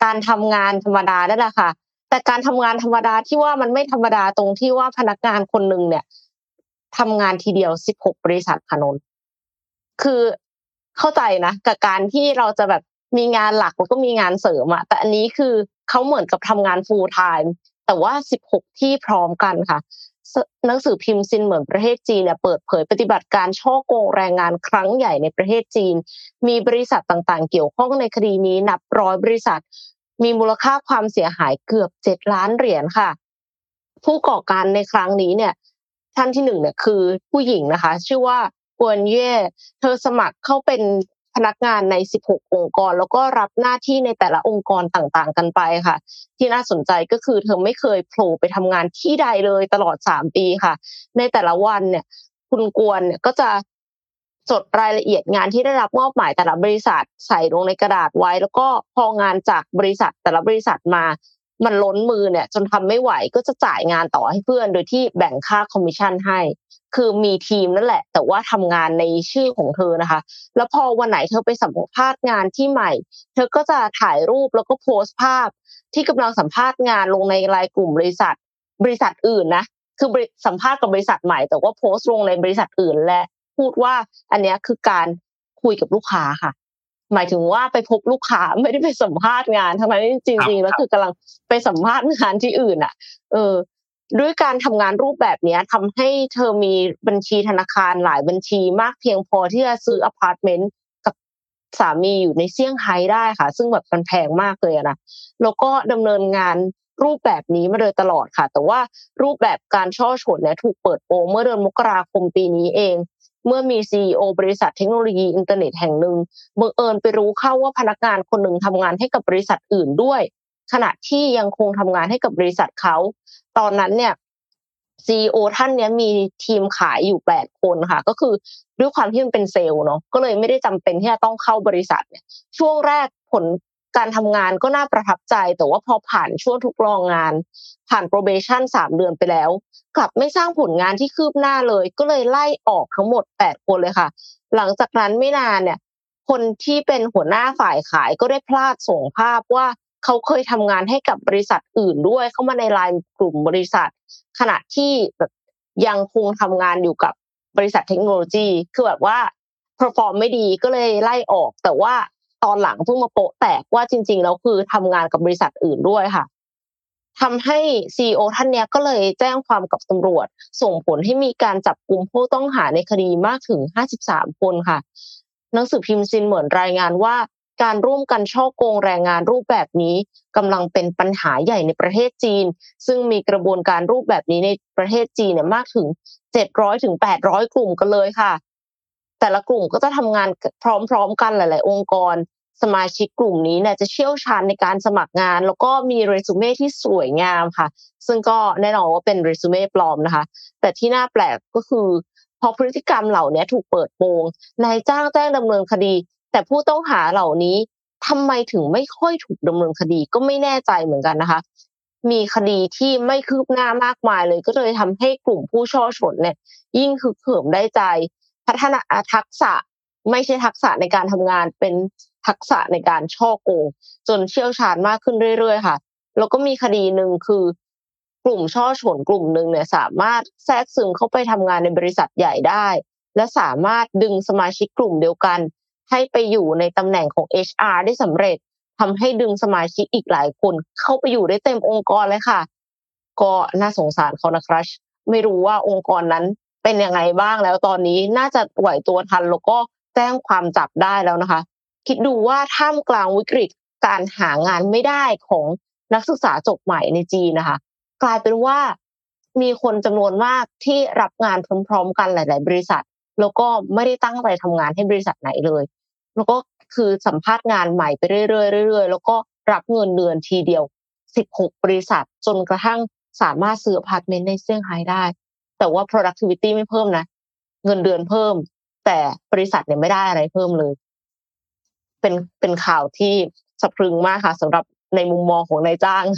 การทำงานธรรมดานั่นแหละค่ะแต่การทำงานธรรมดาที่ว่ามันไม่ธรรมดาตรงที่ว่าพนักงานคนนึงเนี่ยทำงานทีเดียวสิบหกบริษัทค่ะนนท์คือเข้าใจนะกับการที่เราจะแบบมีงานหลักแล้วก็มีงานเสริมอะแต่อันนี้คือเขาเหมือนกับทำงาน full time แต่ว่าสิบหกที่พร้อมกันค่ะหนังสือพิมพ์ซินเหมือนประเทศจีนเนี่ยเปิดเผยปฏิบัติการฉ้อโกงแรงงานครั้งใหญ่ในประเทศจีนมีบริษัทต่างๆเกี่ยวข้องในคดีนี้นับร้อยบริษัทมีมูลค่าความเสียหายเกือบเจ็ดล้านเหรียญค่ะผู้ก่อการในครั้งนี้เนี่ยท่านที่หนึ่งเนี่ยคือผู้หญิงนะคะชื่อว่ากวนเย่เธอสมัครเข้าเป็นพนักงานในสิบหกองค์กรแล้วก็รับหน้าที่ในแต่ละองค์กรต่างๆกันไปค่ะที่น่าสนใจก็คือเธอไม่เคยโผล่ไปทำงานที่ใดเลยตลอดสามปีค่ะในแต่ละวันเนี่ยคุณกวนเนี่ยก็จะจดรายละเอียดงานที่ได้รับมอบหมายแต่ละบริษัทใส่ลงในกระดาษไว้แล้วก็พองานจากบริษัทแต่ละบริษัทมามันล้นมือเนี่ยจนทำไม่ไหวก็จะจ่ายงานต่อให้เพื่อนโดยที่แบ่งค่าคอมมิชชั่นให้คือมีทีมนั่นแหละแต่ว่าทำงานในชื่อของเธอนะคะแล้วพอวันไหนเธอไปสัมภาษณ์งานที่ใหม่เธอก็จะถ่ายรูปแล้วก็โพสต์ภาพที่กำลังสัมภาษณ์งานลงในไลน์กลุ่มบริษัทบริษัทอื่นนะคือสัมภาษณ์กับบริษัทใหม่แต่ว่าโพสต์ลงในบริษัทอื่นและพูดว่าอันนี้คือการคุยกับลูกค้าค่ะหมายถึงว่าไปพบลูกค้าไม่ได้ไปสัมภาษณ์งานทั้งนั้นจริงๆแล้วคือกำลังไปสัมภาษณ์งานที่อื่นอ่ะเออด้วยการทำงานรูปแบบนี้ทำให้เธอมีบัญชีธนาคารหลายบัญชีมากเพียงพอที่จะซื้ออพาร์ตเมนต์กับสามีอยู่ในเซี่ยงไฮ้ได้ค่ะซึ่งแบบมันแพงมากเลยนะแล้วก็ดำเนินงานรูปแบบนี้มาโดยตลอดค่ะแต่ว่ารูปแบบการช่อฉนเนี่ยถูกเปิดโปงเมื่อเดือนมกราคมปีนี้เองเมื่อมี ซี อี โอ บริษัทเทคโนโลยีอินเทอร์เน็ตแห่งหนึ่งบังเอิญไปรู้เข้าว่าพนักงานคนหนึ่งทำงานให้กับบริษัทอื่นด้วยขณะที่ยังคงทำงานให้กับบริษัทเขาตอนนั้นเนี่ย ซี อี โอ ท่านนี้มีทีมขายอยู่แปดคนค่ะก็คือด้วยความที่มันเป็นเซลล์เนาะก็เลยไม่ได้จำเป็นที่จะต้องเข้าบริษัทเนี่ยช่วงแรกผลการทำงานก็น่าประทับใจแต่ว่าพอผ่านช่วงทดลองงานผ่าน probation สามเดือนไปแล้วกลับไม่สร้างผลงานที่คืบหน้าเลยก็เลยไล่ออกทั้งหมดแปดคนเลยค่ะหลังจากนั้นไม่นานเนี่ยคนที่เป็นหัวหน้าฝ่ายขายก็ได้พลาดส่งภาพว่าเขาเคยทำงานให้กับบริษัทอื่นด้วยเข้ามาในไลน์กลุ่มบริษัทขณะที่แบบยังคงทำงานอยู่กับบริษัทเทคโนโลยีคือแบบว่า perform ไม่ดีก็เลยไล่ออกแต่ว่าตอนหลังเพิ่งมาโปะแตกว่าจริงๆแล้วคือทำงานกับบริษัทอื่นด้วยค่ะทำให้ ซี อี โอ ท่านนี้ก็เลยแจ้งความกับตำรวจส่งผลให้มีการจับกุมผู้ต้องหาในคดีมากถึงห้าสิบสามคนค่ะหนังสือพิมพ์ซินเหมือนรายงานว่าการร่วมกันฉ้อโกงแรงงานรูปแบบนี้กำลังเป็นปัญหาใหญ่ในประเทศจีนซึ่งมีกระบวนการรูปแบบนี้ในประเทศจีนเนี่ยมากถึงเจ็ดร้อยถึงแปดร้อยกลุ่มกันเลยค่ะแต่ละกลุ่มก็จะทำงานพร้อมๆกันหลายๆองค์กรสมาชิกกลุ่มนี้เนี่ยจะเชี่ยวชาญในการสมัครงานแล้วก็มีเรซูเม่ที่สวยงามค่ะซึ่งก็แน่นอนว่าเป็นเรซูเม่ปลอมนะคะแต่ที่น่าแปลกก็คือพอพฤติกรรมเหล่านี้ถูกเปิดโปงนายจ้างแจ้งดำเนินคดีแต่ผู้ต้องหาเหล่านี้ทำไมถึงไม่ค่อยถูกดำเนินคดีก็ไม่แน่ใจเหมือนกันนะคะมีคดีที่ไม่คืบหน้ามากมายเลยก็เลยทำให้กลุ่มผู้ช่อฉนเนี่ยยิ่งฮึกเหิมได้ใจพัฒนาทักษะไม่ใช่ทักษะในการทำงานเป็นทักษะในการฉ้อโกงจนเชี่ยวชาญมากขึ้นเรื่อยๆค่ะแล้วก็มีคดีหนึ่งคือกลุ่มช่อฉนกลุ่มหนึ่งเนี่ยสามารถแทรกซึมเข้าไปทำงานในบริษัทใหญ่ได้และสามารถดึงสมาชิกกลุ่มเดียวกันให้ไปอยู่ในตำแหน่งของ เอช อาร์ ได้สำเร็จทำให้ดึงสมาชิกอีกหลายคนเข้าไปอยู่ได้เต็มองค์กรเลยค่ะก็น่าสงสารเขานะครับไม่รู้ว่าองค์กรนั้นเป็นยังไงบ้างแล้วตอนนี้น่าจะไหวตัวทันแล้วก็แจ้งความจับได้แล้วนะคะคิดดูว่าท่ามกลางวิกฤตการหางานไม่ได้ของนักศึกษาจบใหม่ในจีนนะคะกลายเป็นว่ามีคนจำนวนมากที่รับงานพร้อมๆกันหลายๆบริษัทแล้วก็ไม่ได้ตั้งใจทำงานให้บริษัทไหนเลยแล้วก็คือสัมภาษณ์งานใหม่ไปเรื่อยๆเรื่อยๆแล้วก็รับเงินเดือนทีเดียวสิบหกบริษัทจนกระทั่งสามารถซื้ออพาร์ตเมนต์ในเซี่ยงไฮ้ได้แต่ว่า productivity ไม่เพิ่มนะเงินเดือนเพิ่มแต่บริษัทเนี่ยไม่ได้อะไรเพิ่มเลยเป็นเป็นข่าวที่สะพรึงมากค่ะสำหรับในมุมมองของนายจ้าง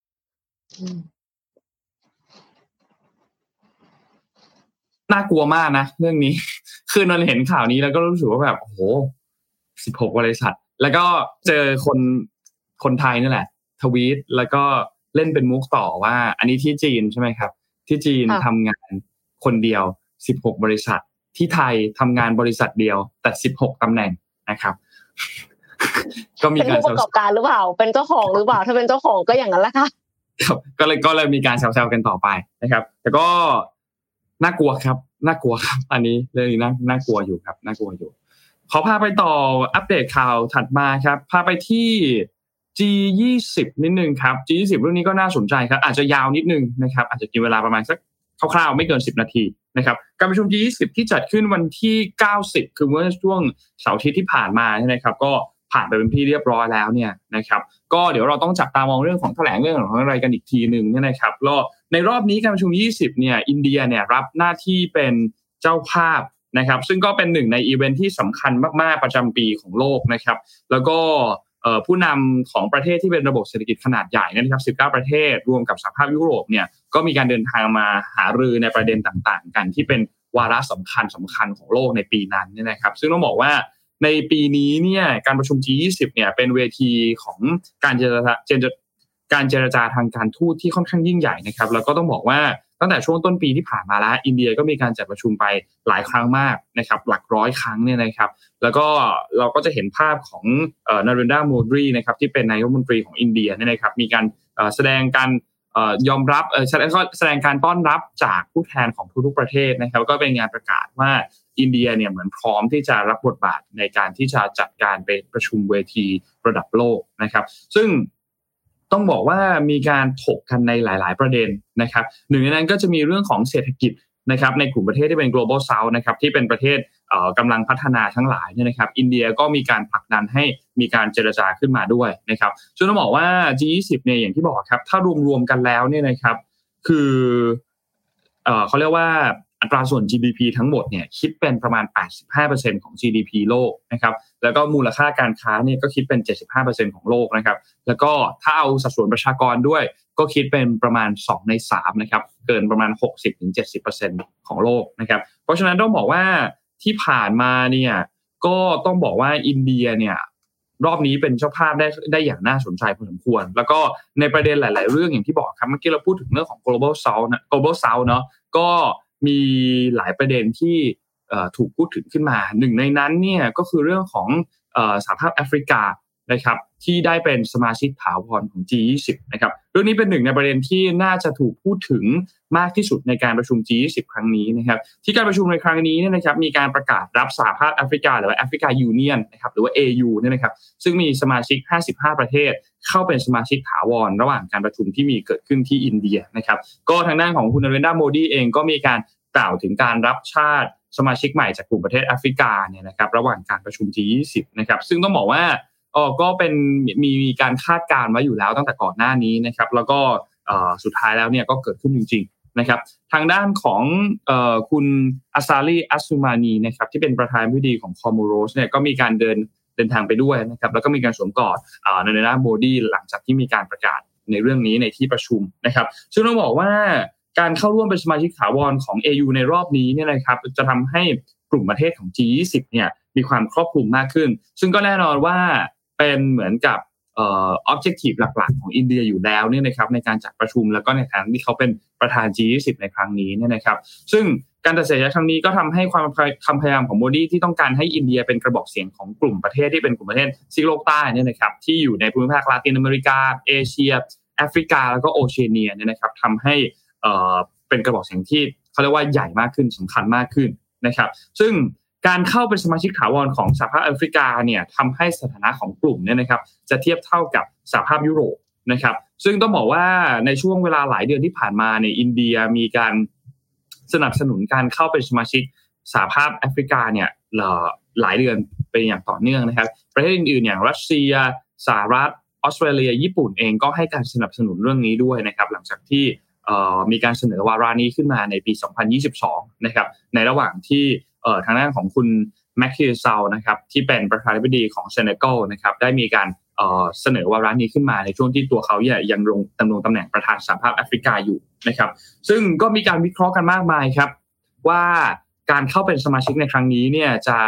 น่ากลัวมากนะเรื่องนี้คือนนเห็นข่าวนี้แล้วก็รู้สึกว่าแบบโอ้โหสิบหกบริษัทแล้วก็เจอคนคนไทยนี่แหละทวีตแล้วก็เล่นเป็นมุกต่อว่าอันนี้ที่จีนใช่ไหมครับที่จีนทำงานคนเดียวสิบหกบริษัทที่ไทยทำงานบริษัทเดียวแต่สิบหกตำแหน่งนะครับก็มีการเป็นผู้ประกอบการหรือเปล่าเป็นเจ้าของหรือเปล่าถ้าเป็นเจ้าของก็อย่างนั้นแหละค่ะครับก็เลยก็เลยมีการแซวๆกันต่อไปนะครับแต่ก็น่ากลัวครับน่ากลัวครับอันนี้เรื่องนี้น่าน่ากลัวอยู่ครับน่ากลัวอยู่ขอพาไปต่ออัปเดตข่าวถัดมาครับพาไปที่ จี ยี่สิบ นิดนึงครับ จี ยี่สิบ เรื่องนี้ก็น่าสนใจครับอาจจะยาวนิดนึงนะครับอาจจะกินเวลาประมาณสักคร่าวๆไม่เกินสิบนาทีนะครับการประชุม จี ยี่สิบ ที่จัดขึ้นวันที่เก้าสิบคือเมื่อช่วงเสาร์อาทิตย์ที่ผ่านมาใช่มั้ยครับก็ผ่านไปเป็นที่เรียบร้อยแล้วเนี่ยนะครับก็เดี๋ยวเราต้องจับตามองเรื่องของแถลงเรื่องของอะไรกันอีกทีนึงเนี่ยนะครับแล้วในรอบนี้การประชุม ยี่สิบ เนี่ยอินเดียเนี่ยรับหน้าที่เป็นเจ้าภาพนะครับซึ่งก็เป็นหนึ่งในอีเวนท์ที่สำคัญมากๆประจำปีของโลกนะครับแล้วก็ผู้นำของประเทศที่เป็นระบบเศรษฐกิจขนาดใหญ่นะครับสิบเก้าประเทศรวมกับสหภาพยุโรปเนี่ยก็มีการเดินทางมาหารือในประเด็นต่างๆกันที่เป็นวาระสำคัญสำคัญของโลกในปีนั้นเนี่ยนะครับซึ่งต้องบอกว่าในปีนี้เนี่ยการประชุม จี ยี่สิบ เนี่ยเป็นเวทีของการเจรจาการเจรจาทางการทูตที่ค่อนข้างยิ่งใหญ่นะครับแล้วก็ต้องบอกว่าตั้งแต่ช่วงต้นปีที่ผ่านมาแล้วอินเดียก็มีการจัดประชุมไปหลายครั้งมากนะครับหลักร้อยครั้งเนี่ยนะครับแล้วก็เราก็จะเห็นภาพของเอ่อนาเรนดรา โมดีนะครับที่เป็นนายกรัฐมนตรีของอินเดียเนี่ยนะครับมีการเอ่อแสดงการเอ่อยอมรับเอ่อแสดงการต้อนรับจากผู้แทนของทุกๆประเทศนะครับก็เป็นงานประกาศว่าอินเดียเนี่ยเหมือนพร้อมที่จะรับบทบาทในการที่จะจัดการไปประชุมเวทีระดับโลกนะครับซึ่งต้องบอกว่ามีการถกกันในหลายๆประเด็นนะครับหนึ่งในนั้นก็จะมีเรื่องของเศรษฐกิจนะครับในกลุ่มประเทศที่เป็น global south นะครับที่เป็นประเทศเอ่อกำลังพัฒนาทั้งหลายเนี่ยนะครับอินเดียก็มีการผลักดันให้มีการเจรจาขึ้นมาด้วยนะครับซึ่งต้องบอกว่า จี ยี่สิบ เนี่ยอย่างที่บอกครับถ้ารวมๆกันแล้วเนี่ยนะครับคือเอ่อเขาเรียกว่าอัตราส่วน จี ดี พี ทั้งหมดเนี่ยคิดเป็นประมาณ แปดสิบห้าเปอร์เซ็นต์ ของ จี ดี พี โลกนะครับแล้วก็มูลค่าการค้าเนี่ยก็คิดเป็น เจ็ดสิบห้าเปอร์เซ็นต์ ของโลกนะครับแล้วก็ถ้าเอาสัดส่วนประชากรด้วยก็คิดเป็นประมาณสองในสามนะครับเกินประมาณ หกสิบถึงเจ็ดสิบเปอร์เซ็นต์ ของโลกนะครับเพราะฉะนั้นต้องบอกว่าที่ผ่านมาเนี่ยก็ต้องบอกว่าอินเดียเนี่ยรอบนี้เป็นเจ้าภาพได้ได้อย่างน่าสนใจพอสมควรแล้วก็ในประเด็นหลายๆเรื่องอย่างที่บอกครับเมื่อกี้เราพูดถึงเรื่องของ global south นะ global south เนาะก็มีหลายประเด็นที่ถูกพูดถึงขึ้นมาหนึ่งในนั้นเนี่ยก็คือเรื่องของสหภาพแอฟริกานะครับที่ได้เป็นสมาชิกถาวรของ จี ยี่สิบ นะครับเรื่องนี้เป็นหนึ่งในประเด็นที่น่าจะถูกพูดถึงมากที่สุดในการประชุม จี ยี่สิบ ครั้งนี้นะครับที่การประชุมในครั้งนี้เนี่ยนะครับมีการประกาศรับสหภาพแอฟริกาหรือว่าแอฟริกายูเนียนนะครับหรือว่า เอ ยู เนี่ยนะครับซึ่งมีสมาชิกห้าสิบห้าประเทศเข้าเป็นสมาชิกถาวรระหว่างการประชุมที่มีเกิดขึ้นที่อินเดียนะครับก็ทางด้านของคุณนาเรนดรา โมดีเองก็มีการกล่าวถึงการรับชาติสมาชิกใหม่จากกลุ่มประเทศแอฟริกาเนี่ยนะครับระหว่างการประชุม จี ยี่สิบ นะครับซึ่งต้องบอกว่าอ๋อก็เป็นมีมีการคาดการณ์ไว้อยู่แล้วตั้งแต่ก่อนหน้านี้นะครับแล้วก็เอ่อสุดท้ายแล้วเนี่ยก็เกิดขึ้นจริงๆนะครับทางด้านของเอ่อคุณอาซาลีอัสซูมานีนะครับที่เป็นประธานาธิบดีของคอโมโรสเนี่ยก็มีการเดินเดินทางไปด้วยนะครับแล้วก็มีการสวมกอดอ่านาเรนดรา โมดีหลังจากที่มีการประกาศในเรื่องนี้ในที่ประชุมนะครับซึ่งต้องบอกว่าการเข้าร่วมเป็นสมาชิกถาวรของ เอ ยู ในรอบนี้เนี่ยนะครับจะทำให้กลุ่มประเทศของ จี ยี่สิบ เนี่ยมีความครอบคลุมมากขึ้นซึ่งก็แน่นอนว่าเป็นเหมือนกับเอ่อ objective หลักๆของอินเดียอยู่แล้วเนี่ยนะครับในการจัดประชุมแล้วก็ในฐานะที่เขาเป็นประธาน จี ยี่สิบ ในครั้งนี้เนี่ยนะครับซึ่งการตัดสินใจครั้งนี้ก็ทำให้ความความพยายามของโมดีที่ต้องการให้อินเดียเป็นกระบอกเสียงของกลุ่มประเทศที่เป็นกลุ่มประเทศซีกโลกใต้เนี่ยนะครับที่อยู่ในภูมิภาคลาตินอเมริกาเอเชียแอฟริกาแล้วก็โอเชียเนียเนี่ยนะครับทำให้เอ่อเป็นกระบอกเสียงที่เขาเรียกว่าใหญ่มากขึ้นสำคัญมากขึ้นนะครับซึ่งการเข้าเป็นสมาชิกถาวรของสหภาพแอฟริกาเนี่ยทำให้สถานะของกลุ่มเนี่ยนะครับจะเทียบเท่ากับสหภาพยุโรปนะครับซึ่งต้องบอกว่าในช่วงเวลาหลายเดือนที่ผ่านมาเนี่ยอินเดียมีการสนับสนุนการเข้าเป็นสมาชิกสหภาพแอฟริกาเนี่ยหลายเดือนเป็นอย่างต่อเนื่องนะครับประเทศอื่นๆอย่างรัสเซียสหรัฐออสเตรเลียญี่ปุ่นเองก็ให้การสนับสนุนเรื่องนี้ด้วยนะครับหลังจากที่มีการเสนอวาระนี้ขึ้นมาในปีสองพันยี่สิบสองนะครับในระหว่างที่ทางด้านของคุณแมคคิเซลนะครับที่เป็นประธานาธิบดีของเซเนกัลนะครับได้มีการเสนอวาระนี้ขึ้นมาในช่วงที่ตัวเขายังดำรงตำแหน่งประธานสหภาพแอฟริกาอยู่นะครับซึ่งก็มีการวิเคราะห์กันมากมายครับว่าการเข้าเป็นสมาชิกในครั้งนี้เนี่ยจะเ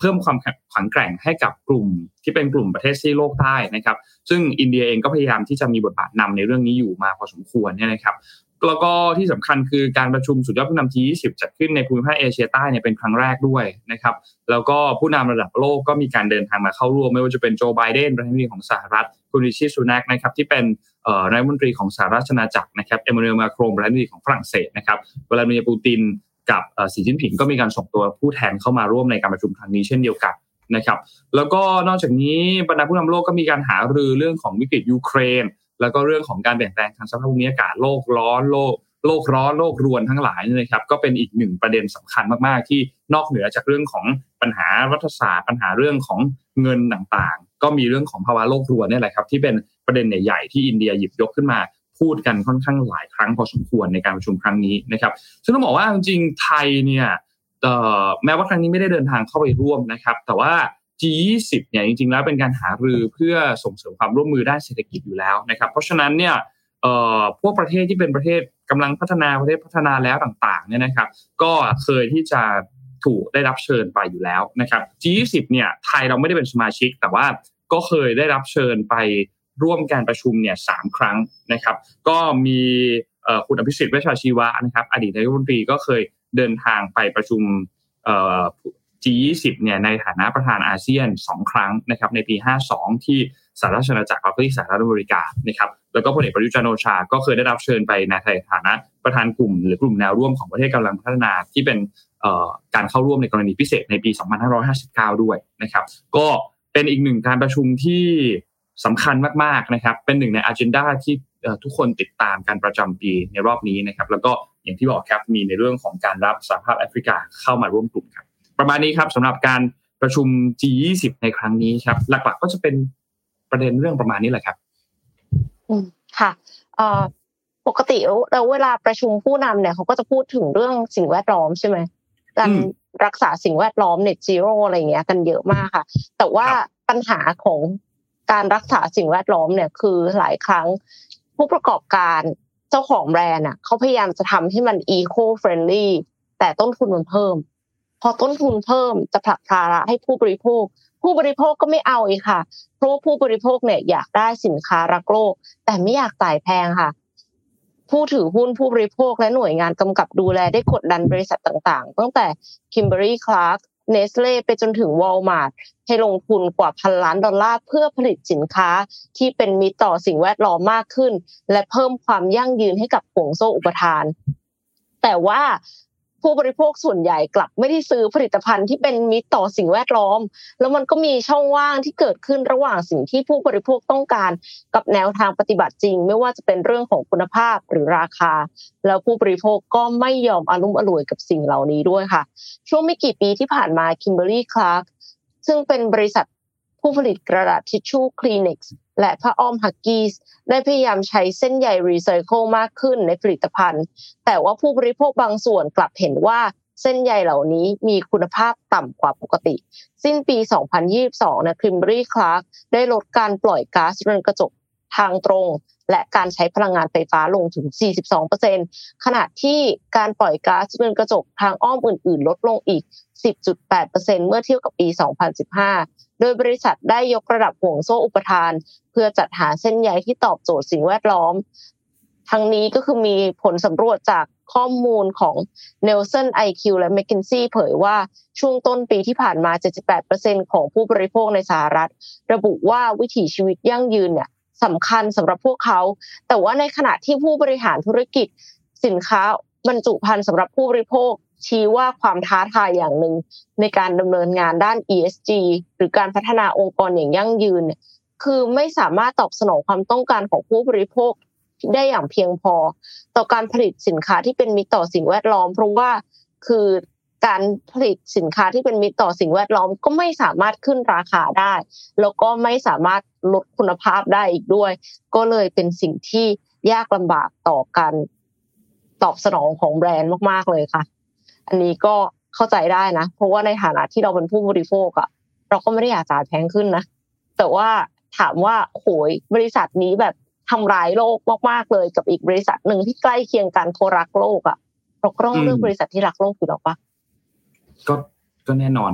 พิ่มความแข็งแกร่งให้กับกลุ่มที่เป็นกลุ่มประเทศซีกโลกใต้นะครับซึ่งอินเดียเองก็พยายามที่จะมีบทบาทนำในเรื่องนี้อยู่มาพอสมควรเนี่ยนะครับแล้วก็ที่สำคัญคือการประชุมสุดยอดผู้นำ จี ยี่สิบ จัดขึ้นในภูมิภาคเอเชียใต้เนี่ยเป็นครั้งแรกด้วยนะครับแล้วก็ผู้นำระดับโลกก็มีการเดินทางมาเข้าร่วมไม่ว่าจะเป็นโจไบเดนประธานาธิบดีของสหรัฐคุณริชีสุนักนะครับที่เป็นเอ่อนายกรัฐมนตรีของสหราชอาณาจักรนะครับเอมานูเอลมาโครงประธานาธิบดีของฝรั่งเศสนะครับวลาดิเมียร์ปูตินกับเอ่อสีจิ้นผิงก็มีการส่งตัวผู้แทนเข้ามาร่วมในการประชุมครั้งนี้เช่นเดียวกันนะครับแล้วก็นอกจากนี้บรรดาผู้นำโลกก็มีการหารือเรื่องของวิกฤตยูเครนแล้วก็เรื่องของการเปลี่ยนแปลงทางสภาพภูมิอากาศโลกร้อนโลกโลกร้อนโลกรวนทั้งหลายนี่นะครับก็เป็นอีกหนึ่งประเด็นสำคัญมากๆที่นอกเหนือจากเรื่องของปัญหารัฐศาสตร์ปัญหาเรื่องของเงินต่างๆก็มีเรื่องของภาวะโลกรวนนี่แหละครับที่เป็นประเด็นใหญ่ๆที่อินเดียหยิบยกขึ้นมาพูดกันค่อนข้างหลายครั้งพอสมควรในการประชุมครั้งนี้นะครับซึ่งต้องบอกว่าจริงๆไทยเนี่ยเอ่อแม้ว่าครั้งนี้ไม่ได้เดินทางเข้าไปร่วมนะครับแต่ว่า จี ยี่สิบ เนี่ยจริงๆแล้วเป็นการหารือเพื่อส่งเสริมความร่วมมือด้านเศรษฐกิจอยู่แล้วนะครับเพราะฉะนั้นเนี่ยเอ่อพวกประเทศที่เป็นประเทศกำลังพัฒนาประเทศพัฒนาแล้วต่างๆเนี่ยนะครับก็เคยที่จะถูกได้รับเชิญไปอยู่แล้วนะครับ จี ยี่สิบ เนี่ยไทยเราไม่ได้เป็นสมาชิกแต่ว่าก็เคยได้รับเชิญไปร่วมการประชุมเนี่ยสามครั้งนะครับก็มีเอ่อคุณอภิสิทธิ์เวชชาชีวะนะครับอดีตนายกรัฐมนตรีก็เคยเดินทางไปประชุมเอ่อ จี ยี่สิบ เนี่ยในฐานะประธานอาเซียนสองครั้งนะครับในปีห้าสิบสองที่สหราชอาณาจักรแล้วก็ที่สหรัฐอเมริกานะครับแล้วก็พลเอกประยุทธ์จันทร์โอชาก็เคยได้รับเชิญไปในฐานะประธานกลุ่มหรือกลุ่มแนวร่วมของประเทศกำลังพัฒนาที่เป็นเอ่อการเข้าร่วมในกรณีพิเศษในปีสองพันห้าร้อยห้าสิบเก้าด้วยนะครับก็เป็นอีกหนึ่งการประชุมที่สำคัญมากๆนะครับเป็นหนึ่งใน agenda ที่ทุกคนติดตามการประจำปีในรอบนี้นะครับแล้วก็อย่างที่บอกครับมีในเรื่องของการรับสหภาพแอฟริกาเข้ามาร่วมกลุ่มครับประมาณนี้ครับสำหรับการประชุม จี ยี่สิบ ในครั้งนี้ครับหลักๆก็จะเป็นประเด็นเรื่องประมาณนี้แหละครับอืมค่ะเอ่อปกติแล้วเวลาประชุมผู้นำเนี่ยเขาก็จะพูดถึงเรื่องสิ่งแวดล้อมใช่ไหมการรักษาสิ่งแวดล้อม Net Zero อะไรอย่างเงี้ยกันเยอะมากค่ะแต่ว่าปัญหาของการรักษาสิ่งแวดล้อมเนี่ยคือหลายครั้งผู้ประกอบการเจ้าของแบรนด์อ่ะเขาพยายามจะทำให้มัน eco friendly แต่ต้นทุนมันเพิ่มพอต้นทุนเพิ่มจะผลักภาระให้ผู้บริโภคผู้บริโภคก็ไม่เอาอีกค่ะเพราะว่าผู้บริโภคเนี่ยอยากได้สินค้ารักโลกแต่ไม่อยากจ่ายแพงค่ะผู้ถือหุ้นผู้บริโภคและหน่วยงานกำกับดูแลได้กดดันบริษัทต่างๆตั้งแต่ Kimberly-Clark Nestle ไปจนถึง Walmart ให้ลงทุนกว่าพันล้านดอลลาร์เพื่อผลิตสินค้าที่เป็นมิตรต่อสิ่งแวดล้อมมากขึ้นและเพิ่มความยั่งยืนให้กับห่วงโซ่อุปทานแต่ว่าผู้บริโภคส่วนใหญ่กลับไม่ได้ซื้อผลิตภัณฑ์ที่เป็นมิตรต่อสิ่งแวดล้อมแล้วมันก็มีช่องว่างที่เกิดขึ้นระหว่างสิ่งที่ผู้บริโภคต้องการกับแนวทางปฏิบัติจริงไม่ว่าจะเป็นเรื่องของคุณภาพหรือราคาแล้วผู้บริโภคก็ไม่ยอมอารุ่มอร่วยกับสิ่งเหล่านี้ด้วยค่ะช่วงไม่กี่ปีที่ผ่านมา Kimberly-Clark ซึ่งเป็นบริษัทผู้ผลิตกระดาษทิชชู่ Kleenex และผ้าอ้อม Huggies ได้พยายามใช้เส้นใยรีไซเคิลมากขึ้นในผลิตภัณฑ์แต่ว่าผู้บริโภคบางส่วนกลับเห็นว่าเส้นใยเหล่านี้มีคุณภาพต่ำกว่าปกติสิ้นปีสองพันยี่สิบสองนะ Kimberly-Clark ได้ลดการปล่อยก๊าซเรือนกระจกทางตรงและการใช้พลังงานไฟฟ้าลงถึง สี่สิบสองเปอร์เซ็นต์ ขณะที่การปล่อยก๊าซเรือนกระจกทางอ้อมอื่นๆลดลงอีก สิบจุดแปดเปอร์เซ็นต์ เมื่อเทียบกับปีสองพันสิบห้าโดยบริษัทได้ยกระดับห่วงโซ่อุปทานเพื่อจัดหาเส้นใยที่ตอบโจทย์สิ่งแวดล้อมทั้งนี้ก็คือมีผลสำรวจจากข้อมูลของ Nielsen ไอ คิว และ McKinsey เผยว่าช่วงต้นปีที่ผ่านมา เจ็ดสิบแปดเปอร์เซ็นต์ ของผู้บริโภคในสหรัฐระบุว่าวิถีชีวิตยั่งยืนเนี่ยสำคัญสำหรับพวกเขาแต่ว่าในขณะที่ผู้บริหารธุรกิจสินค้าบรรจุภัณฑ์สำหรับผู้บริโภคชี้ว่าความท้าทายอย่างหนึ่งในการดำเนินงานด้าน อี เอส จี หรือการพัฒนาองค์กรอย่างยั่งยืนคือไม่สามารถตอบสนองความต้องการของผู้บริโภคได้อย่างเพียงพอต่อการผลิตสินค้าที่เป็นมิตรต่อสิ่งแวดล้อมเพราะว่าคือการผลิตสินค้าที่เป็นมิตรต่อสิ่งแวดล้อมก็ไม่สามารถขึ้นราคาได้แล้วก็ไม่สามารถลดคุณภาพได้อีกด้วยก็เลยเป็นสิ่งที่ยากลำบากต่อการตอบสนองของแบรนด์มากๆเลยค่ะอันนี้ก็เข้าใจได้นะเพราะว่าในฐานะที่เราเป็นผู้บริโภคอ่ะเราก็ไม่ได้อยากจ่ายแพงขึ้นนะแต่ว่าถามว่าโหยบริษัทนี้แบบทำร้ายโลกมากๆเลยกับอีกบริษัทหนึ่งที่ใกล้เคียงกันเขารักโลกอ่ะเราก็ต้องเลือกบริษัทที่รักโลกอยู่หรอปะก็ก็แน่นอนครับ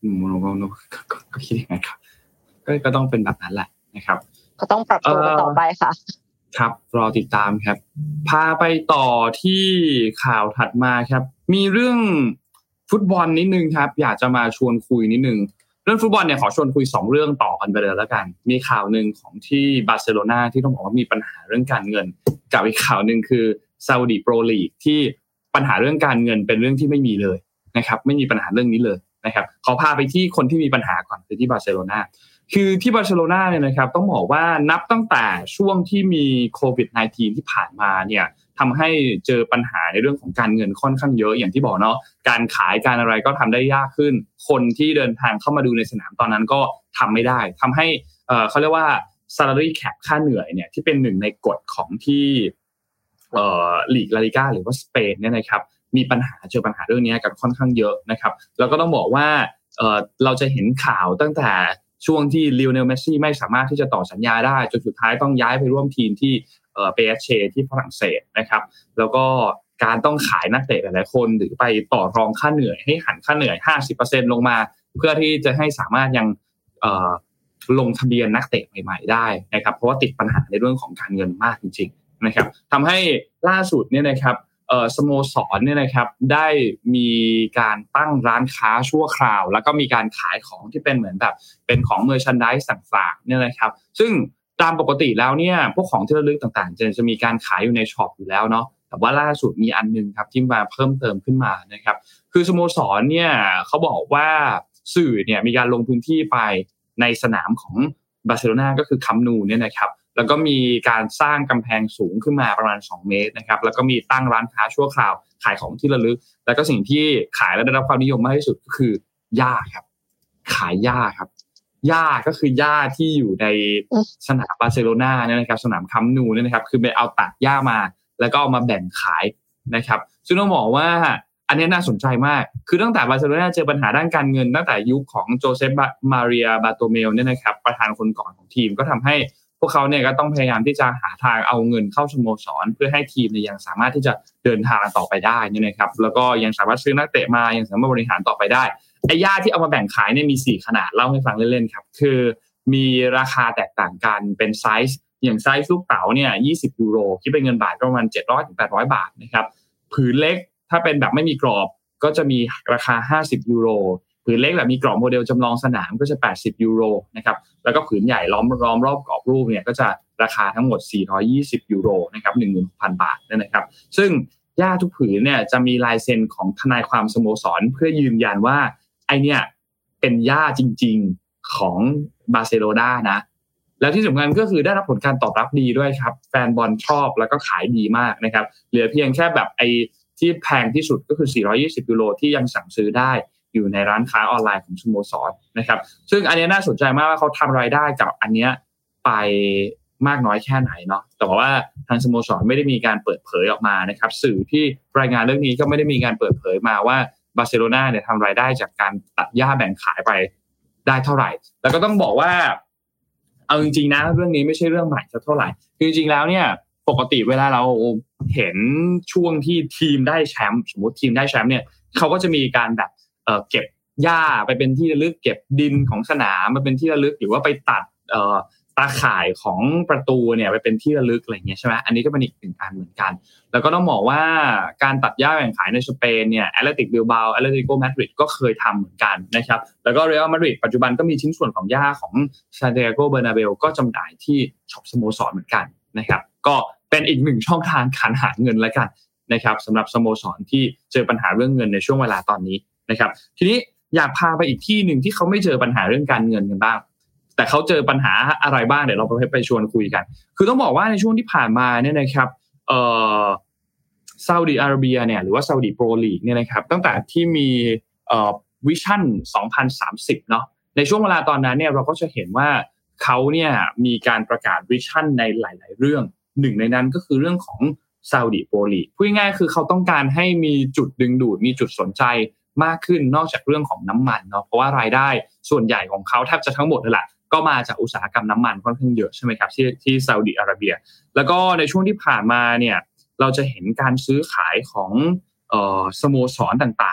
อืมก็คิดยังไงครับก็ก็ต้องเป็นแบบนั้นแหละนะครับก็ต้องปรับตัวต่อไปค่ะครับรอติดตามครับพาไปต่อที่ข่าวถัดมาครับมีเรื่องฟุตบอลนิดนึงครับอยากจะมาชวนคุยนิดนึงเรื่องฟุตบอลเนี่ยขอชวนคุยสองเรื่องต่อกันไปเลยแล้วกันมีข่าวนึงของที่บาร์เซโลนาที่ต้องบอกว่ามีปัญหาเรื่องการเงินกับอีกข่าวนึงคือซาอุดิโปรลีกที่ปัญหาเรื่องการเงินเป็นเรื่องที่ไม่มีเลยนะครับไม่มีปัญหาเรื่องนี้เลยนะครับขอพาไปที่คนที่มีปัญหาก่อนคือที่บาร์เซโลนาคือที่บาร์เซโลนาเนี่ยนะครับต้องบอกว่านับตั้งแต่ช่วงที่มีโควิด สิบเก้า ที่ผ่านมาเนี่ยทำให้เจอปัญหาในเรื่องของการเงินค่อนข้างเยอะอย่างที่บอกเนาะการขายการอะไรก็ทำได้ยากขึ้นคนที่เดินทางเข้ามาดูในสนามตอนนั้นก็ทำไม่ได้ทำให้เอ่อเขาเรียกว่า salary cap ค่าเหนื่อยเนี่ยที่เป็นหนึ่งในกฎของที่เอ่อลีกลาลิก้าหรือว่าสเปนเนี่ยนะครับมีปัญหาเจอปัญหาเรื่องนี้กันค่อนข้างเยอะนะครับแล้วก็ต้องบอกว่าเอ่อเราจะเห็นข่าวตั้งแต่ช่วงที่ลิโอเนลเมสซี่ไม่สามารถที่จะต่อสัญญาได้จนสุดท้ายต้องย้ายไปร่วมทีมที่เอ่อ พี เอส จี ที่ฝรั่งเศสนะครับแล้วก็การต้องขายนักเตะหลายๆคนหรือไปต่อรองค่าเหนื่อยให้หันค่าเหนื่อย ห้าสิบเปอร์เซ็นต์ ลงมาเพื่อที่จะให้สามารถยังเอ่อลงทะเบียนนักเตะใหม่ๆได้นะครับเพราะว่าติดปัญหาในเรื่องของการเงินมากจริงๆนะครับทำให้ล่าสุดเนี่ยนะครับเอ่อสโมสรเนี่ยนะครับได้มีการตั้งร้านค้าชั่วคราวแล้วก็มีการขายของที่เป็นเหมือนแบบเป็นของเมอร์ชันไดส์ต่างๆเนี่ยนะครับซึ่งตามปกติแล้วเนี่ยพวกของที่ระลึกต่างๆจะจะมีการขายอยู่ในช็อปอยู่แล้วเนาะแต่ว่าล่าสุดมีอันนึงครับที่มาเพิ่มเติมขึ้นมานะครับคือสโมสรเนี่ยเขาบอกว่าสื่อเนี่ยมีการลงพื้นที่ไปในสนามของบาร์เซโลนาก็คือคัมป์นูเนี่ยนะครับแล้วก็มีการสร้างกำแพงสูงขึ้นมาประมาณสองเมตรนะครับแล้วก็มีตั้งร้านค้าชั่วคราวขายของที่ระลึกแล้วก็สิ่งที่ขายและได้รับความนิยมมากที่สุดก็คือหญ้าครับขายหญ้าครับหญ้าก็คือหญ้าที่อยู่ในสนามบาร์เซโลนาเนี่ยนะครับสนามคัมป์นูเนี่ยนะครับคือไปเอาตัดหญ้ามาแล้วก็เอามาแบ่งขายนะครับซึ่งต้องบอกว่าอันนี้น่าสนใจมากคือตั้งแต่บาร์เซโลนาเจอปัญหาด้านการเงินตั้งแต่ยุคของโจเซฟมาเรียบาโตเมลเนี่ยนะครับประธานคนก่อนของทีมก็ทำให้พวกเขาเนี่ยก็ต้องพยายามที่จะหาทางเอาเงินเข้าสโมสรเพื่อให้ทีมเนี่ยยังสามารถที่จะเดินทางต่อไปได้นี่นะครับแล้วก็ยังสามารถซื้อนักเตะมายังสามารถบริหารต่อไปได้ไอ้หญ้าที่เอามาแบ่งขายเนี่ยมีสี่ขนาดเล่าให้ฟังเล่นๆครับคือมีราคาแตกต่างกันเป็นไซส์อย่างไซส์ลูกเต๋าเนี่ยยี่สิบยูโรคิดเป็นเงินบาทก็ประมาณเจ็ดร้อยถึงแปดร้อยบาทนะครับผืนเล็กถ้าเป็นแบบไม่มีกรอบก็จะมีราคาห้าสิบยูโรผืนเล็กแบบมีกรอบโมเดลจำลองสนามก็จะแปดสิบยูโรนะครับแล้วก็ผืนใหญ่ล้อมล้อมรอบกรอบรูปเนี่ยก็จะราคาทั้งหมดสี่ร้อยยี่สิบยูโรนะครับ หนึ่งหมื่นหกพัน บาทนั่นนะครับซึ่งหญ้าทุกผืนเนี่ยจะมีลายเซ็นของทนายความสโมสรเพื่อยืนยันว่าไอเนี่ยเป็นหญ้าจริงๆของบาร์เซโลนานะแล้วที่สำคัญก็คือได้รับผลการตอบรับดีด้วยครับแฟนบอลชอบแล้วก็ขายดีมากนะครับเหลือเพียงแค่แบบไอที่แพงที่สุดก็คือสี่ร้อยยี่สิบยูโรที่ยังสั่งซื้อได้อยู่ในร้านค้าออนไลน์ของสโมสรนะครับซึ่งอันนี้น่าสนใจมากว่าเขาทำรายได้กับอันเนี้ยไปมากน้อยแค่ไหนเนาะแต่ว่าทางสโมสรไม่ได้มีการเปิดเผยออกมานะครับสื่อที่รายงานเรื่องนี้ก็ไม่ได้มีการเปิดเผยมาว่าบาร์เซโลนาเนี่ยทำรายได้จากการตัดหญ้าแบ่งขายไปได้เท่าไหร่แล้วก็ต้องบอกว่าเอาจริงๆนะเรื่องนี้ไม่ใช่เรื่องใหม่สักเท่าไหร่คือจริงๆแล้วเนี่ยปกติเวลาเราเห็นช่วงที่ทีมได้แชมป์สมมติทีมได้แชมป์เนี่ยเขาก็จะมีการแบบเอ่อเก็บหญ้าไปเป็นที่ระลึกเก็บดินของสนามมาเป็นที่ระลึกหรือว่าไปตัดเอ่อตาข่ายของประตูเนี่ยไปเป็นที่ระลึกอะไรเงี้ยใช่ไหมอันนี้ก็เป็นอีกหนึ่งอันเหมือนกันแล้วก็ต้องบอกว่าการตัดหญ้าแบ่งขายในสเปนเนี่ยแอตเลติกบิลบาโอแอตเลติโกมาดริดก็เคยทำเหมือนกันนะครับแล้วก็เรอัลมาดริดปัจจุบันก็มีชิ้นส่วนของหญ้าของซานติอาโกเบอร์นาเบลก็จำหน่ายที่ช็อปสโมสรเหมือนกันนะครับก็เป็นอีกหนึ่งช่องทางการหาเงินแล้วกันนะครับสำหรับสโมสรที่เจอปัญหาเรื่องเงินในช่วงเวลาตอนนี้นะครับทีนี้อยากพาไปอีกที่หนึ่งที่เขาไม่เจอปัญหาเรื่องการเงินกันบ้างแต่เขาเจอปัญหาอะไรบ้างเดี๋ยวเราไปไปชวนคุยกันคือต้องบอกว่าในช่วงที่ผ่านมาเนี่ยนะครับเอ่อซาอุดิอาระเบียเนี่ยหรือว่าซาอุดิโปรลีกเนี่ยนะครับตั้งแต่ที่มีเอ่อวิชั่นสองพันสามสิบเนาะในช่วงเวลาตอนนั้นเนี่ยเราก็จะเห็นว่าเขาเนี่ยมีการประกาศวิชั่นในหลายๆเรื่องหนึ่งในนั้นก็คือเรื่องของซาอุดิโปรลีกพูดง่ายๆคือเขาต้องการให้มีจุดดึงดูดมีจุดสนใจมากขึ้นนอกจากเรื่องของน้ำมันเนาะเพราะว่ารายได้ส่วนใหญ่ของเขาแทบจะทั้งหมดเลยแหละก็มาจากอุตสาหกรรมน้ำมันค่อนข้างเยอะใช่ไหมครับที่ที่ซาอุดิอาระเบียแล้วก็ในช่วงที่ผ่านมาเนี่ยเราจะเห็นการซื้อขายของเอ่อสโมสรต่าง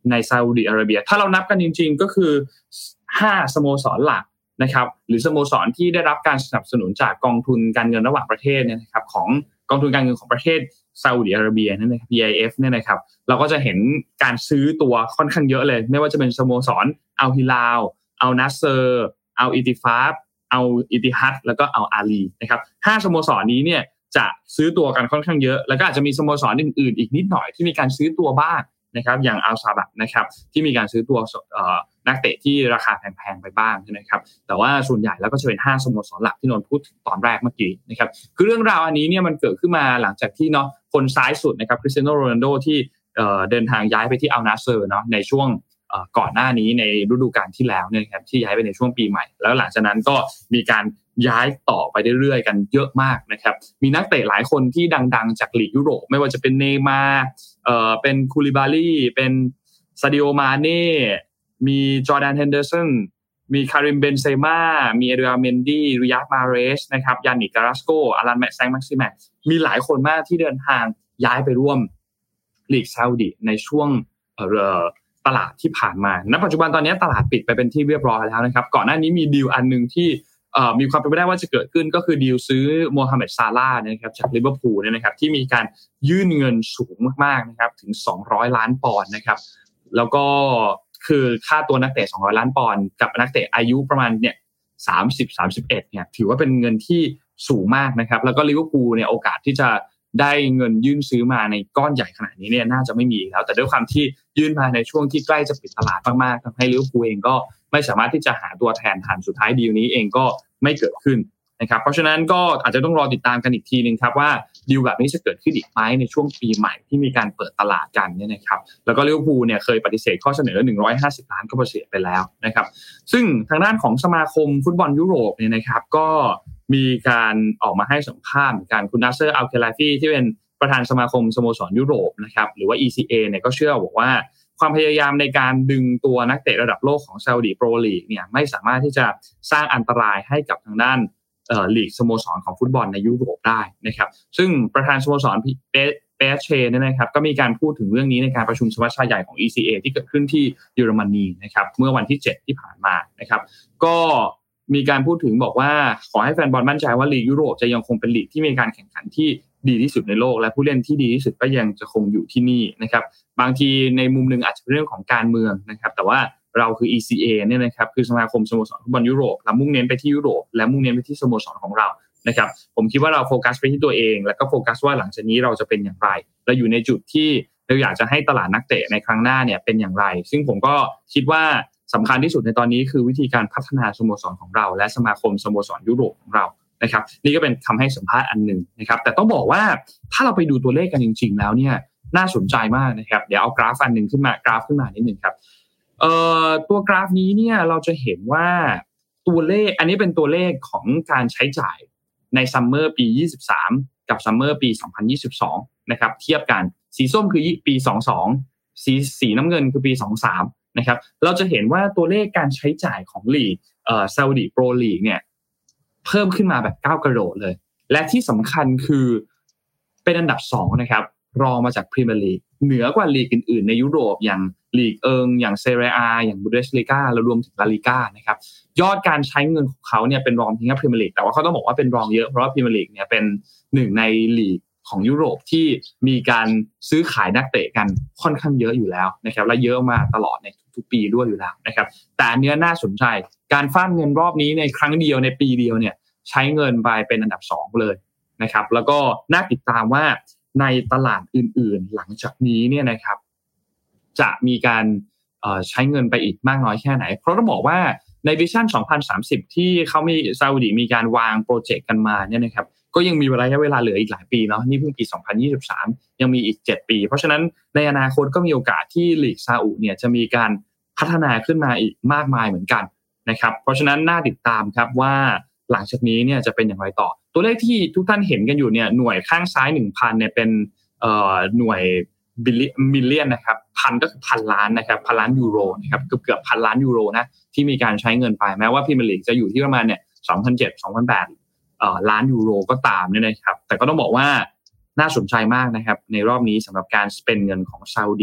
ในซาอุดิอาระเบียถ้าเรานับกันจริงๆก็คือห้าสโมสรหลักนะครับหรือสโมสรที่ได้รับการสนับสนุนจากกองทุนการเงินระหว่างประเทศเนี่ยนะครับของกองทุนการเงินของประเทศซาอุดิอาระเบียนั่นนะครับ พี ไอ เอฟ เนี่ยนะครับเราก็จะเห็นการซื้อตัวค่อนข้างเยอะเลยไม่ว่าจะเป็นสโมสรอัลฮิลาลอัลนัสเซอร์อัลอิติฟาดอัลอิติฮัดแล้วก็อัลอาลีนะครับห้าสโมสรนี้เนี่ยจะซื้อตัวกันค่อนข้างเยอะแล้วก็อาจจะมีสโมสรอื่นๆอีกนิดหน่อยที่มีการซื้อตัวบ้างนะครับอย่างอัลซาบัดนะครับที่มีการซื้อตัวนักเตะที่ราคาแพงๆไปบ้างนะครับแต่ว่าส่วนใหญ่แล้วก็จะเป็นห้าสโมสรหลักที่นนท์พูดถึงตอนแรกเมื่อกี้นะครับคือเรื่องราวอันนี้เนี่ยมันเกิดขึ้นมาหลังจากที่เนาะคนซ้ายสุดนะครับคริสเตียโนโรนัลโดที่เดินทางย้ายไปที่อัลนัสเซอร์เนาะในช่วงก่อนหน้านี้ในฤดูกาลที่แล้วเนี่ยครับที่ย้ายไปในช่วงปีใหม่แล้วหลังจากนั้นก็มีการย้ายต่อไปเรื่อยๆกันเยอะมากนะครับมีนักเตะหลายคนที่ดังๆจากลีกยุโรปไม่ว่าจะเป็นเนย์มาร์เอ่อเป็นคูลิบาลีเป็นซาดิโอมาเน่มีจอร์แดนเฮนเดอร์สันมีคาริมเบนเซม่ามีเอเดริอาเมนดี้ริยัดมาเรสนะครับยานิกการาสโกอารันแมคแซงแม็กซิแมกมีหลายคนมากที่เดินทางย้ายไปร่วมลีกซาอุดิในช่วงเอ่อตลาดที่ผ่านมาณปัจจุบันตอนนี้ตลาดปิดไปเป็นที่เรียบร้อยแล้วนะครับก่อนหน้านี้มีดีลอันนึงที่เอ่อมีความเป็นไปได้ว่าจะเกิดขึ้นก็คือดีลซื้อโมฮัมเหม็ดซาลาห์นะครับจากลิเวอร์พูลเนี่ยนะครับที่มีการยื่นเงินสูงมากๆนะครับถึงสองร้อยล้านปอนด์นะครับแล้วก็คือค่าตัวนักเตะสองร้อยล้านปอนด์กับนักเตะอายุประมาณเนี่ยสามสิบ สามสิบเอ็ดเนี่ยถือว่าเป็นเงินที่สูงมากนะครับแล้วก็ลิเวอร์พูลเนี่ยโอกาสที่จะได้เงินยื่นซื้อมาในก้อนใหญ่ขนาดนี้เนี่ยน่าจะไม่มีแล้วแต่ด้วยความที่ยื่นมาในช่วงที่ใกล้จะปิดตลาดมากๆทำให้ลิเวอร์พูลเองก็ไม่สามารถที่จะหาตัวแทนทันสุดท้ายดีลนี้เองก็ไม่เกิดขึ้นนะครับเพราะฉะนั้นก็อาจจะต้องรอติดตามกันอีกทีนึงครับว่าดีลแบบนี้จะเกิดขึ้นอีกไหมในช่วงปีใหม่ที่มีการเปิดตลาดกันเนี่ยนะครับแล้วก็ลิเวอร์พูลเนี่ยเคยปฏิเสธข้อเสนอหนึ่งร้อยห้าสิบล้านก็ปฏิเสธไปแล้วนะครับซึ่งทางด้านของสมาคมฟุตบอลยุโรปเนี่ยนะครับก็มีการออกมาให้สัมภาษณ์เหมือนกันคุณนาเซอร์อัลเคลาฟีที่เป็นประธานสมาคมสโมสรยุโรปนะครับหรือว่า อี ซี เอ เนี่ยก็เชื่อบอกว่าความพยายามในการดึงตัวนักเตะระดับโลกของซาอุดิโปรลีกเนี่ยไม่สามารถที่จะสร้างอันตรายให้กับทางด้านเอ่อลีกสโมสรของฟุตบอลในยุโรปได้นะครับซึ่งประธานสโมสรเปเปเชเนี่ยนะครับก็มีการพูดถึงเรื่องนี้ในการประชุมสมัชชาใหญ่ของ อี ซี เอ ที่เกิดขึ้นที่เยอรมนีนะครับเมื่อวันที่เจ็ดที่ผ่านมานะครับก็มีการพูดถึงบอกว่าขอให้แฟนบอลมั่นใจว่าลีกยุโรปจะยังคงเป็นลีกที่มีการแข่งขันที่ดีที่สุดในโลกและผู้เล่นที่ดีที่สุดก็ยังจะคงอยู่ที่นี่นะครับบางทีในมุมนึงอาจจะเป็นเรื่องของการเมืองนะครับแต่ว่าเราคือ อี ซี เอ เนี่ยนะครับคือสมาคมสโมสรฟุตบอลยุโรปเรามุ่งเน้นไปที่ยุโรปและมุ่งเน้นไปที่สโมสรของเรานะครับผมคิดว่าเราโฟกัสไปที่ตัวเองแล้วก็โฟกัสว่าหลังจากนี้เราจะเป็นอย่างไรเราอยู่ในจุดที่เราอยากจะให้ตลาดนักเตะในครั้งหน้าเนี่ยเป็นอย่างไรซึ่งผมก็คิดว่าสำคัญที่สุดในตอนนี้คือวิธีการพัฒนาสโมสรของเราและสมาคมสโมสรยุโรปของเรานะครับนี่ก็เป็นคำให้สัมภาษณ์อันหนึ่งนะครับแต่ต้องบอกว่าถ้าเราไปดูตัวเลขกันจริงๆแล้วเนี่ยน่าสนใจมากนะครับเดี๋ยวเอากราฟอันหนึ่งขึ้นมากราฟขึ้นมานิดนึงครับเอ่อตัวกราฟนี้เนี่ยเราจะเห็นว่าตัวเลขอันนี้เป็นตัวเลขของการใช้จ่ายในซัมเมอร์ปียี่สิบสามกับซัมเมอร์ปีสองพันยี่สิบสองนะครับเทียบกันสีส้มคือปียี่สิบสองสีสีน้ำเงินคือปียี่สิบสามนะครับเราจะเห็นว่าตัวเลขการใช้จ่ายของลีกเอ่อซาอุดิโปรลีกเนี่ยเพิ่มขึ้นมาแบบก้าวกระโดดเลยและที่สำคัญคือเป็นอันดับสองนะครับรองมาจากพรีเมียร์ลีกเหนือกว่าลีกอื่นๆในยุโรปอย่างลีกเอิงอย่างเซเรีย A อย่างบูเดสลีกาแล้วรวมถึงลาลีกานะครับยอดการใช้เงินของเขาเนี่ยเป็นรองเพียงแค่พรีเมียร์ลีกแต่ว่าเขาต้องบอกว่าเป็นรองเยอะเพราะว่าพรีเมียร์ลีกเนี่ยเป็นหนึ่งในลีกของยุโรปที่มีการซื้อขายนักเตะกันค่อนข้างเยอะอยู่แล้วนะครับและเยอะมาตลอดในทุกๆปีด้วยอยู่แล้วนะครับแต่อันนี้น่าสนใจการฟาดเงินรอบนี้ในครั้งเดียวในปีเดียวเนี่ยใช้เงินไปเป็นอันดับสองเลยนะครับแล้วก็น่าติดตามว่าในตลาดอื่นๆหลังจากนี้เนี่ยนะครับจะมีการใช้เงินไปอีกมากน้อยแค่ไหนเพราะต้องบอกว่าในวิชั่นสองพันสามสิบที่เขามีซาอุดิมีการวางโปรเจกต์กันมาเนี่ยนะครับก็ยังมีระยะเวลาเหลืออีกหลายปีเนาะนี่เพิ่งปีสองพันยี่สิบสามยังมีอีกเจ็ดปีเพราะฉะนั้นในอนาคตก็มีโอกาสที่ลีกซาอุเนี่ยจะมีการพัฒนาขึ้นมาอีกมากมายเหมือนกันนะครับเพราะฉะนั้นน่าติดตามครับว่าหลังจากนี้เนี่ยจะเป็นอย่างไรต่อตัวเลขที่ทุกท่านเห็นกันอยู่เนี่ยหน่วยข้างซ้าย หนึ่งพัน เนี่ยเป็นเอ่อหน่วยมิลเลียนนะครับพันก็คือพันล้านนะครับพันล้านยูโรนะครับเกือบเกือบพันล้านยูโรนะที่มีการใช้เงินไปแม้ว่าพรีเมียร์ลีกจะอยู่ที่ประมาณเนี่ยสองพันเจ็ด สองพันแปดเอ่อล้านยูโรก็ตามเนี่ยนะครับแต่ก็ต้องบอกว่าน่าสนใจมากนะครับในรอบนี้สำหรับการสเปนเงินของซาอุดิ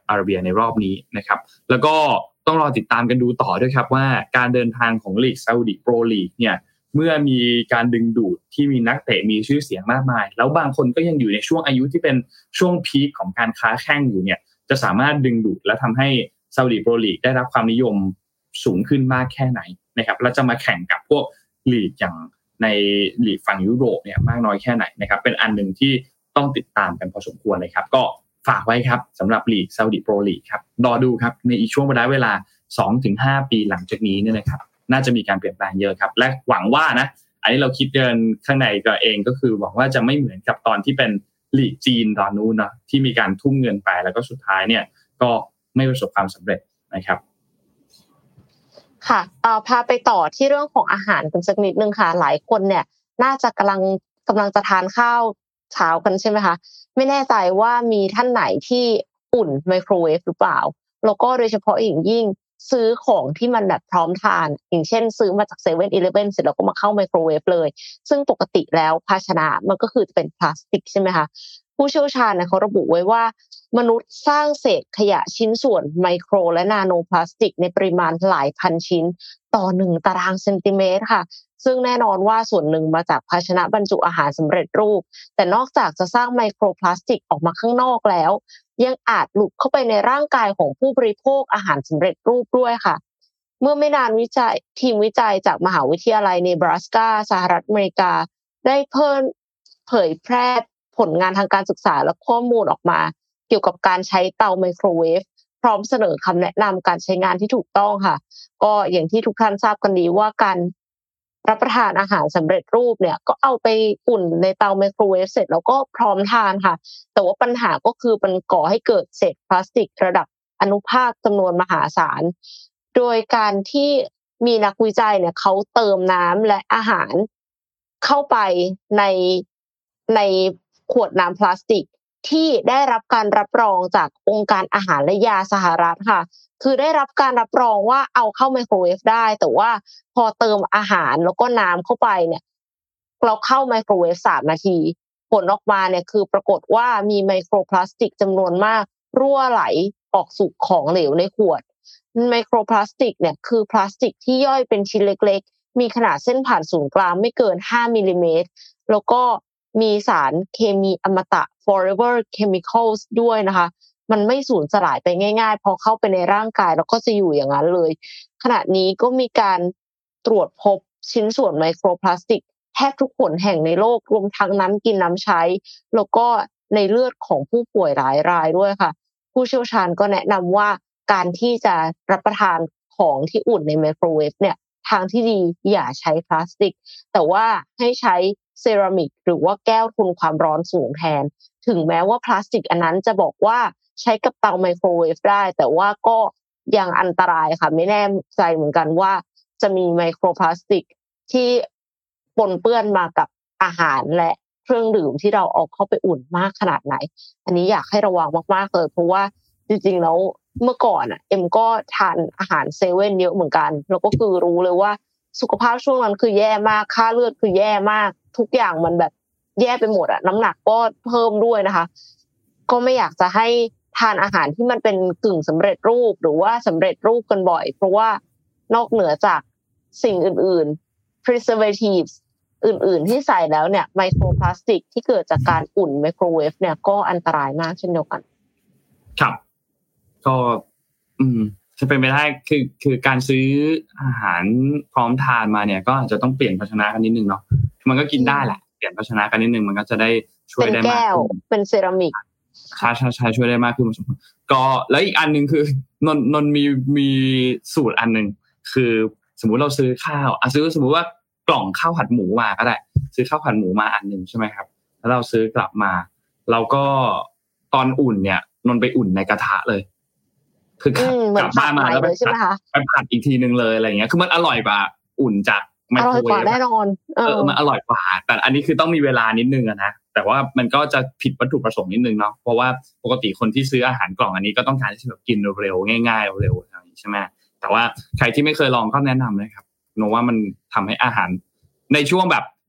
อาระเบียในรอบนี้นะครับแล้วก็ต้องรอติดตามกันดูต่อด้วยครับว่าการเดินทางของลีกซาอุดิโปรลีกเนี่ยเมื่อมีการดึงดูดที่มีนักเตะมีชื่อเสียงมากมายแล้วบางคนก็ยังอยู่ในช่วงอายุที่เป็นช่วงพีคของการค้าแข่งอยู่เนี่ยจะสามารถดึงดูดและทำให้ซาอุดิโปรลีกได้รับความนิยมสูงขึ้นมากแค่ไหนนะครับและจะมาแข่งกับพวกลีกอย่างในลีกฝั่งยุโรปเนี่ยมากน้อยแค่ไหนนะครับเป็นอันหนึ่งที่ต้องติดตามกันพอสมควรเลยครับก็ฝากไว้ครับสำหรับลีกซาอุดิโปรลีกครับรอดูครับในอีกช่วงระยะเวลา สองถึงห้า ปีหลังจากนี้เนี่ยนะครับน่าจะมีการเปลี่ยนแปลงเยอะครับและหวังว่านะอันนี้เราคิดเดินข้างในก็เองก็คือหวังว่าจะไม่เหมือนกับตอนที่เป็นลีกจีนตอนนู้นนะที่มีการทุ่มเงินไปแล้วก็สุดท้ายเนี่ยก็ไม่ประสบความสำเร็จนะครับค่ะเอ่อพาไปต่อที่เรื่องของอาหารกันสักนิดนึงค่ะหลายคนเนี่ยน่าจะกำลังกำลังจะทานข้าวเช้ากันใช่ไหมคะไม่แน่ใจว่ามีท่านไหนที่อุ่นไมโครเวฟหรือเปล่าแล้วก็โดยเฉพาะอย่างยิ่งซื้อของที่มันแบบพร้อมทานอย่างเช่นซื้อมาจาก เซเว่น อีเลฟเว่น เสร็จแล้วก็มาเข้าไมโครเวฟเลยซึ่งปกติแล้วภาชนะมันก็คือจะเป็นพลาสติกใช่ไหมคะผู้เชี่ยวชาญเนี่ยเขาระบุไว้ว่ามนุษย์สร้างเศษขยะชิ้นส่วนไมโครและนาโนพลาสติกในปริมาณหลายพันชิ้นต่อหนึ่งตารางเซนติเมตรค่ะซึ่งแน่นอนว่าส่วนหนึ่งมาจากภาชนะบรรจุอาหารสำเร็จรูปแต่นอกจากจะสร้างไมโครพลาสติกออกมาข้างนอกแล้วยังอาจหลุดเข้าไปในร่างกายของผู้บริโภคอาหารสำเร็จรูปด้วยค่ะเมื่อไม่นานวิจัยทีมวิจัยจากมหาวิทยาลัยเนบราสกาสหรัฐอเมริกาได้เพิ่มเผยแพร่ผลงานทางการศึกษาและข้อมูลออกมาเกี่ยวกับการใช้เตาไมโครเวฟพร้อมเสนอคำแนะนำการใช้งานที่ถูกต้องค่ะก็อย่างที่ทุกท่านทราบกันดีว่าการรับประทานอาหารสำเร็จรูปเนี่ยก็เอาไปอุ่นในเตาไมโครเวฟเสร็จแล้วก็พร้อมทานค่ะแต่ว่าปัญหาก็คือมันก่อให้เกิดเศษพลาสติกระดับอนุภาคจำนวนมหาศาลโดยการที่มีนักวิจัยเนี่ยเขาเติมน้ำและอาหารเข้าไปในในขวดน้ำพลาสติกที่ได้รับการรับรองจากองค์การอาหารและยาสหรัฐค่ะคือได้รับการรับรองว่าเอาเข้าไมโครเวฟได้แต่ว่าพอเติมอาหารแล้วก็น้ำเข้าไปเนี่ยเราเข้าไมโครเวฟสามนาทีผลออกมาเนี่ยคือปรากฏว่ามีไมโครพลาสติกจำนวนมากรั่วไหลออกสู่ของเหลวในขวดไมโครพลาสติกเนี่ยคือพลาสติกที่ย่อยเป็นชิ้นเล็กๆมีขนาดเส้นผ่านศูนย์กลางไม่เกินห้ามิลลิเมตรแล้วก็มีสารเคมีอมตะ forever chemicals ด้วยนะคะมันไม่สูญสลายไปง่ายๆพอเข้าไปในร่างกายแล้วก็จะอยู่อย่างนั้นเลยขณะนี้ก็มีการตรวจพบชิ้นส่วนไมโครพลาสติกแทบทุกหนแห่งในโลกรวมทั้งน้ำกินน้ำใช้แล้วก็ในเลือดของผู้ป่วยหลายรายด้วยค่ะผู้เชี่ยวชาญก็แนะนำว่าการที่จะรับประทานของที่อุ่นในไมโครเวฟเนี่ยทางที่ดีอย่าใช้พลาสติกแต่ว่าให้ใช้เซรามิกหรือว่าแก้วทนความร้อนสูงแทนถึงแม้ว่าพลาสติกอันนั้นจะบอกว่าใช้กับเตาไมโครเวฟได้แต่ว่าก็ยังอันตรายค่ะไม่แน่ใจเหมือนกันว่าจะมีไมโครพลาสติกที่ปนเปื้อนมากับอาหารและเครื่องดื่มที่เราเอาเข้าไปอุ่นมากขนาดไหนอันนี้อยากให้ระวังมากๆเลยเพราะว่าจริงๆแล้วเมื่อก่อนอ่ะเอ็มก็ทานอาหารเซเว่นเยอะเหมือนกันแล้วก็คือรู้เลยว่าสุขภาพช่วงนั้นคือแย่มากค่าเลือดคือแย่มากทุกอย่างมันแบบแย่ไปหมดอ่ะน้ำหนักก็เพิ่มด้วยนะคะก็ไม่อยากจะให้ทานอาหารที่มันเป็นกึ่งสำเร็จรูปหรือว่าสำเร็จรูปกันบ่อยเพราะว่านอกเหนือจากสิ่งอื่นๆ preservatives อื่นๆที่ใส่แล้วเนี่ยไมโครพลาสติกที่เกิดจากการอุ่นไมโครเวฟเนี่ยก็อันตรายมากเช่นเดียวกันครับก็อืมจะเป็นไปได้คือคือการซื้ออาหารพร้อมทานมาเนี่ยก็อาจจะต้องเปลี่ยนภาชนะกันนิดนึงเนาะมันก็กินได้แหละเปลี่ยนภาชนะกันนิดนึงมันก็จะได้ช่วยได้มากขึ้นเป็นเซรามิกใช่ใช่ช่วยได้มากขึ้นก็แล้วอีกอันนึงคือนนนนมีมีสูตรอันนึงคือสมมุติเราซื้อข้าวอ่ะซื้อสมมุติว่ากล่องข้าวผัดหมูมาก็ได้ซื้อข้าวผัดหมูมาอันนึงใช่มั้ยครับแล้วเราซื้อกลับมาเราก็ตอนอุ่นเนี่ยนนไปอุ่นในกระทะเลยคือกลับบ้านมาแล้วไปไปผัดอีกทีนึงเลยอะไรอย่างเงี้ยคือมันอร่อยกว่าอุ่นจากไมโครเวฟแน่นอนเออมันอร่อยกว่าแต่อันนี้คือต้องมีเวลานิดนึงอะนะแต่ว่ามันก็จะผิดวัตถุประสงค์นิดนึงเนาะเพราะว่าปกติคนที่ซื้ออาหารกล่องอันนี้ก็ต้องการที่จะแบบกินเร็วๆง่ายๆเร็วๆอะไรอย่างงี้ใช่มั้ยแต่ว่าใครที่ไม่เคยลองก็แนะนำเลยครับโนว่ามันทำให้อาหารในช่วงแบบ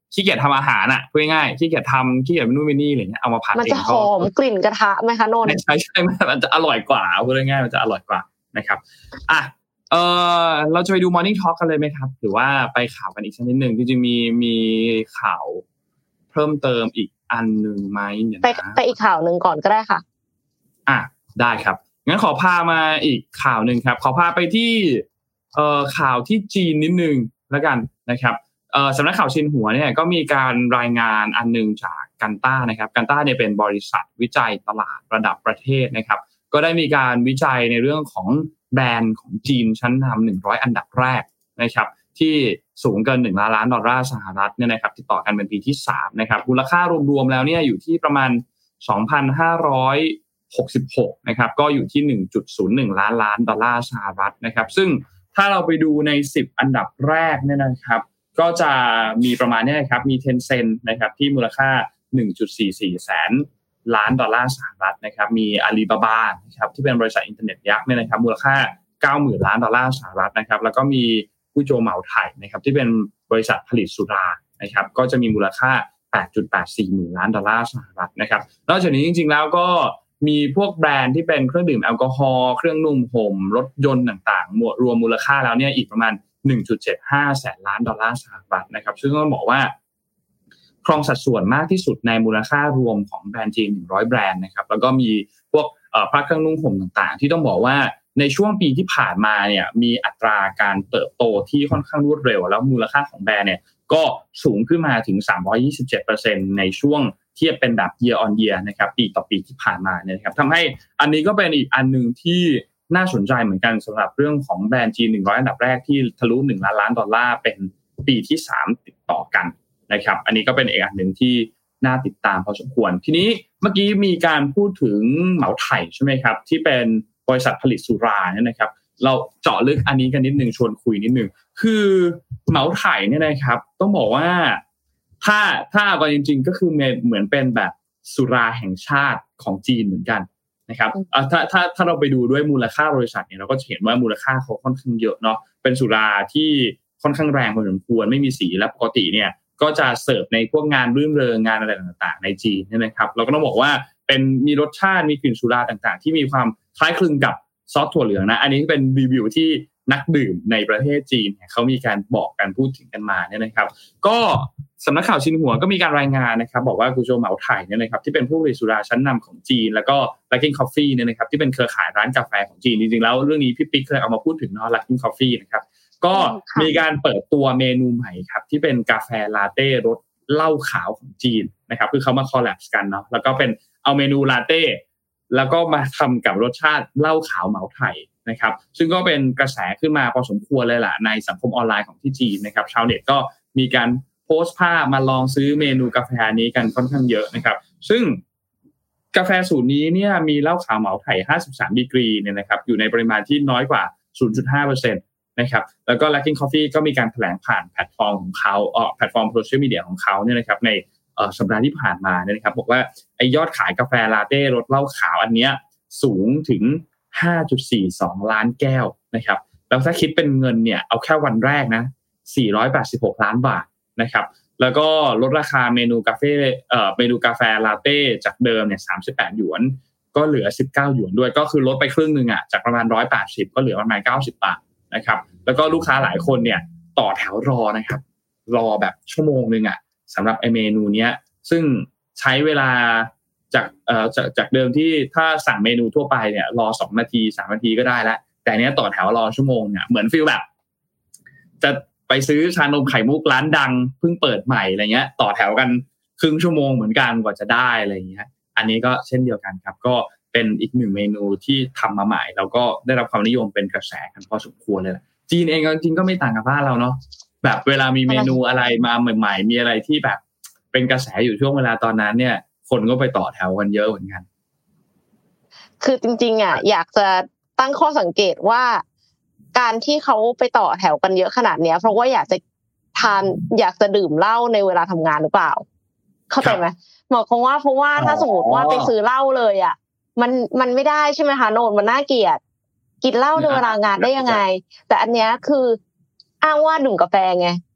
ขี้เกียจทำอาหารอ่ะพูดง่ายๆขี้เกียจทำขี้เกียจนู่นนี่อะไรเงี้ยเอามาผัดเองก็มันจะหอมกลิ่นกระทะไหมคะนนท์ใช่ใช่มันจะอร่อยกว่าพูดง่ายๆมันจะอร่อยกว่านะครับอ่ะเออเราจะไปดู Morning Talk กันเลยไหมครับหรือว่าไปข่าวกันอีกสักนิดนึงจริงๆมีมีข่าวเพิ่มเติมอีกอันนึงไหมเนี่ยนะไปไปอีกข่าวนึงก่อนก็ได้ค่ะอ่ะได้ครับงั้นขอพามาอีกข่าวนึงครับขอพาไปที่เอ่อข่าวที่จีนนิดนึงแล้วกันนะครับเอ่อสำนักข่าวชินหัวเนี่ยก็มีการรายงานอันนึงจากกันต้านะครับกันต้าเนี่ยเป็นบริษัทวิจัยตลาดระดับประเทศนะครับก็ได้มีการวิจัยในเรื่องของแบรนด์ของจีนชั้นนำหนึ่งร้อยอันดับแรกนะครับที่สูงเกินหนึ่งล้านล้านดอลลาร์สหรัฐเนี่ยนะครับติดต่อกันเป็นปีที่สามนะครับมูลค่ารวมๆแล้วเนี่ยอยู่ที่ประมาณ สองพันห้าร้อยหกสิบหก นะครับก็อยู่ที่ หนึ่งจุดศูนย์หนึ่งล้านล้านดอลลาร์สหรัฐนะครับซึ่งถ้าเราไปดูในสิบอันดับแรกเนี่ยนะครับก็จะมีประมาณนี้ครับมี Tencent นะครับที่มูลค่า หนึ่งจุดสี่สี่แสนล้านดอลลาร์สหรัฐนะครับมี Alibaba นะครับที่เป็นบริษัทอินเทอร์เน็ตยักษ์เนี่ยนะครับมูลค่า เก้าหมื่นล้านดอลลาร์สหรัฐนะครับแล้วก็มีกู้โจวเหมาไถนะครับที่เป็นบริษัทผลิตสุรานะครับก็จะมีมูลค่า แปดจุดแปดสี่หมื่นล้านดอลลาร์สหรัฐนะครับนอกจากนี้จริงๆแล้วก็มีพวกแบรนด์ที่เป็นเครื่องดื่มแอลกอฮอล์เครื่องนุ่มห่มรถยนต์ต่างๆรวมมูลค่าแล้วเนี่ยอีกประมาณ หนึ่งจุดเจ็ดห้าแสนล้านดอลลาร์สหรัฐนะครับซึ่งต้องบอกว่าครองสัดส่วนมากที่สุดในมูลค่ารวมของแบรนด์จีนหนึ่งร้อยแบรนด์นะครับแล้วก็มีพวกเอ่อพระเครื่องนุ่งห่มต่างๆที่ต้องบอกว่าในช่วงปีที่ผ่านมาเนี่ยมีอัตราการเติบโตที่ค่อนข้างรวดเร็วแล้วมูลค่าของแบรนด์เนี่ยก็สูงขึ้นมาถึง สามร้อยยี่สิบเจ็ดเปอร์เซ็นต์ ในช่วงเทียบเป็นแบบ year on year นะครับปีต่อปีที่ผ่านมาเนี่ยนะครับทำให้อันนี้ก็เป็นอีกอันนึงที่น่าสนใจเหมือนกันสำหรับเรื่องของแบรนด์จีนหนึ่งร้อยอันดับแรกที่ทะลุหนึ่งล้านล้านดอลลาร์เป็นปีที่สามติดต่อกันนะครับอันนี้ก็เป็นอีกอันนึงที่น่าติดตามพอสมควรทีนี้เมื่อกี้มีการพูดถึงเหมาไถใช่ไหมครับที่เป็นบริษัทผลิตสุราเนี่ยนะครับเราเจาะลึกอันนี้กันนิดนึงชวนคุยนิดนึงคือเหมาไถเนี่ยนะครับต้องบอกว่าถ้าถ้าเอาจริงๆก็คือเหมือนเป็นแบบสุราแห่งชาติของจีนเหมือนกันนะครับถ้าถ้าถ้าเราไปดูด้วยมูลค่าบริษัทเนี่ยเราก็จะเห็นว่ามูลค่าเขาค่อนข้างเยอะเนาะเป็นสุราที่ค่อนข้างแรงพอสมควรไม่มีสีและปกติเนี่ยก็จะเสิร์ฟในพวกงานรื่นเริงงานอะไรต่างๆในจีนเนี่ยนะครับเราก็ต้องบอกว่าเป็นมีรสชาติมีกลิ่นสุราต่างๆที่มีความคล้ายคลึงกับซอสถั่วเหลืองนะอันนี้เป็นรีวิวที่นักดื่มในประเทศจีนเนี่ยเขามีการบอกกันพูดถึงกันมาเนี่ยนะครับก็สำนักข่าวชินหัวก็มีการรายงานนะครับบอกว่ากูโจวเหมาไถเนี่ยนะครับที่เป็นผู้ผลิตสุราชั้นนำของจีนแล้วก็ Luckin Coffee เนี่ยนะครับที่เป็นเครือข่ายร้านกาแฟของจีนจริงๆแล้วเรื่องนี้พี่ปิ๊กเคยเอามาพูดถึงเนาะ Luckin Coffee นะครับก็มีการเปิดตัวเมนูใหม่ครับที่เป็นกาแฟลาเต้รสเหล้าขาวของจีนนะครับคือเขามาคอลแลบกันเนาะแล้วก็เป็นเอาเมนูลาเต้แล้วก็มาทำกับรสชาติเหล้าขาวเหมาไถนะครับซึ่งก็เป็นกระแสขึ้นมาพอสมควรเลยล่ะในสังคมออนไลน์ของที่จีนนะครับชาวเน็ตก็มีการโพสต์ภาพมาลองซื้อเมนูกาแฟนี้กันค่อนข้างเยอะนะครับซึ่งกาแฟสูตรนี้เนี่ยมีเหล้าขาวเหมาไถห้าสิบสามดีกรีเนี่ยนะครับอยู่ในปริมาณที่น้อยกว่า ศูนย์จุดห้าเปอร์เซ็นต์ นะครับแล้วก็ Luckin Coffee ก็มีการแถลงผ่านแพลตฟอร์มของเขาเอ่อแพลตฟอร์มโซเชียลมีเดียของเขาเนี่ยนะครับในเอ่อสัปดาห์ที่ผ่านมาเนี่ยนะครับบอกว่าไอ้ยอดขายกาแฟลาเต้รสเหล้าขาวอันเนี้ยสูงถึง ห้าจุดสี่สอง ล้านแก้วนะครับแล้วถ้าคิดเป็นเงินเนี่ยเอาแค่วันแรกนะสี่ร้อยแปดสิบหกล้านบาทนะครับแล้วก็ลดราคาเมนูกาแฟเอ่อเมนูกาแฟลาเต้จากเดิมเนี่ยสามสิบแปดหยวนก็เหลือสิบเก้าหยวนด้วยก็คือลดไปครึ่งนึงอ่ะจากประมาณหนึ่งร้อยแปดสิบก็เหลือประมาณเก้าสิบบาทนะครับแล้วก็ลูกค้าหลายคนเนี่ยต่อแถวรอนะครับรอแบบชั่วโมงนึงอ่ะสำหรับไอ้เมนูเนี้ยซึ่งใช้เวลาจากเอ่อจากจากเดิมที่ถ้าสั่งเมนูทั่วไปเนี่ยรอสองนาทีสามนาทีก็ได้แล้วแต่เนี้ยต่อแถวรอชั่วโมงเนี่ยเหมือนฟีลแบบจะไปซื้อชานมไข่มุกร้านดังเพิ่งเปิดใหม่อะไรเงี้ยต่อแถวกันครึ่งชั่วโมงเหมือนกันกว่าจะได้อะไรอย่างเงี้ยอันนี้ก็เช่นเดียวกันครับก็เป็นอีกหนึ่งเมนูที่ทำมาใหม่แล้วก็ได้รับความนิยมเป็นกระแสกันพอสมควรเลยจีนเองจริงก็ไม่ต่างกับบ้านเราเนาะแบบเวลามีเมนูอะไรมาใหม่ๆมีอะไรที่แบบเป็นกระแสอยู่ช่วงเวลาตอนนั้นเนี่ยคนก็ไปต่อแถวกันเยอะเหมือนกันคือจริงๆอ่ะอยากจะตั้งข้อสังเกตว่าการที่เขาไปต่อแถวกันเยอะขนาดเนี้ยเพราะว่าอยากจะทานอยากจะดื่มเหล้าในเวลาทำงานหรือเปล่าเข้าใจไหมหมายความว่าเพราะว่าถ้าสมมติว่าไปซื้อเหล้าเลยอ่ะมันมันไม่ได้ใช่ไหมคะโนนมันน่าเกลียดกินเหล้าในเวลางานได้ยังไงแต่อันเนี้ยคืออ้างว่าดื่มกาแฟไง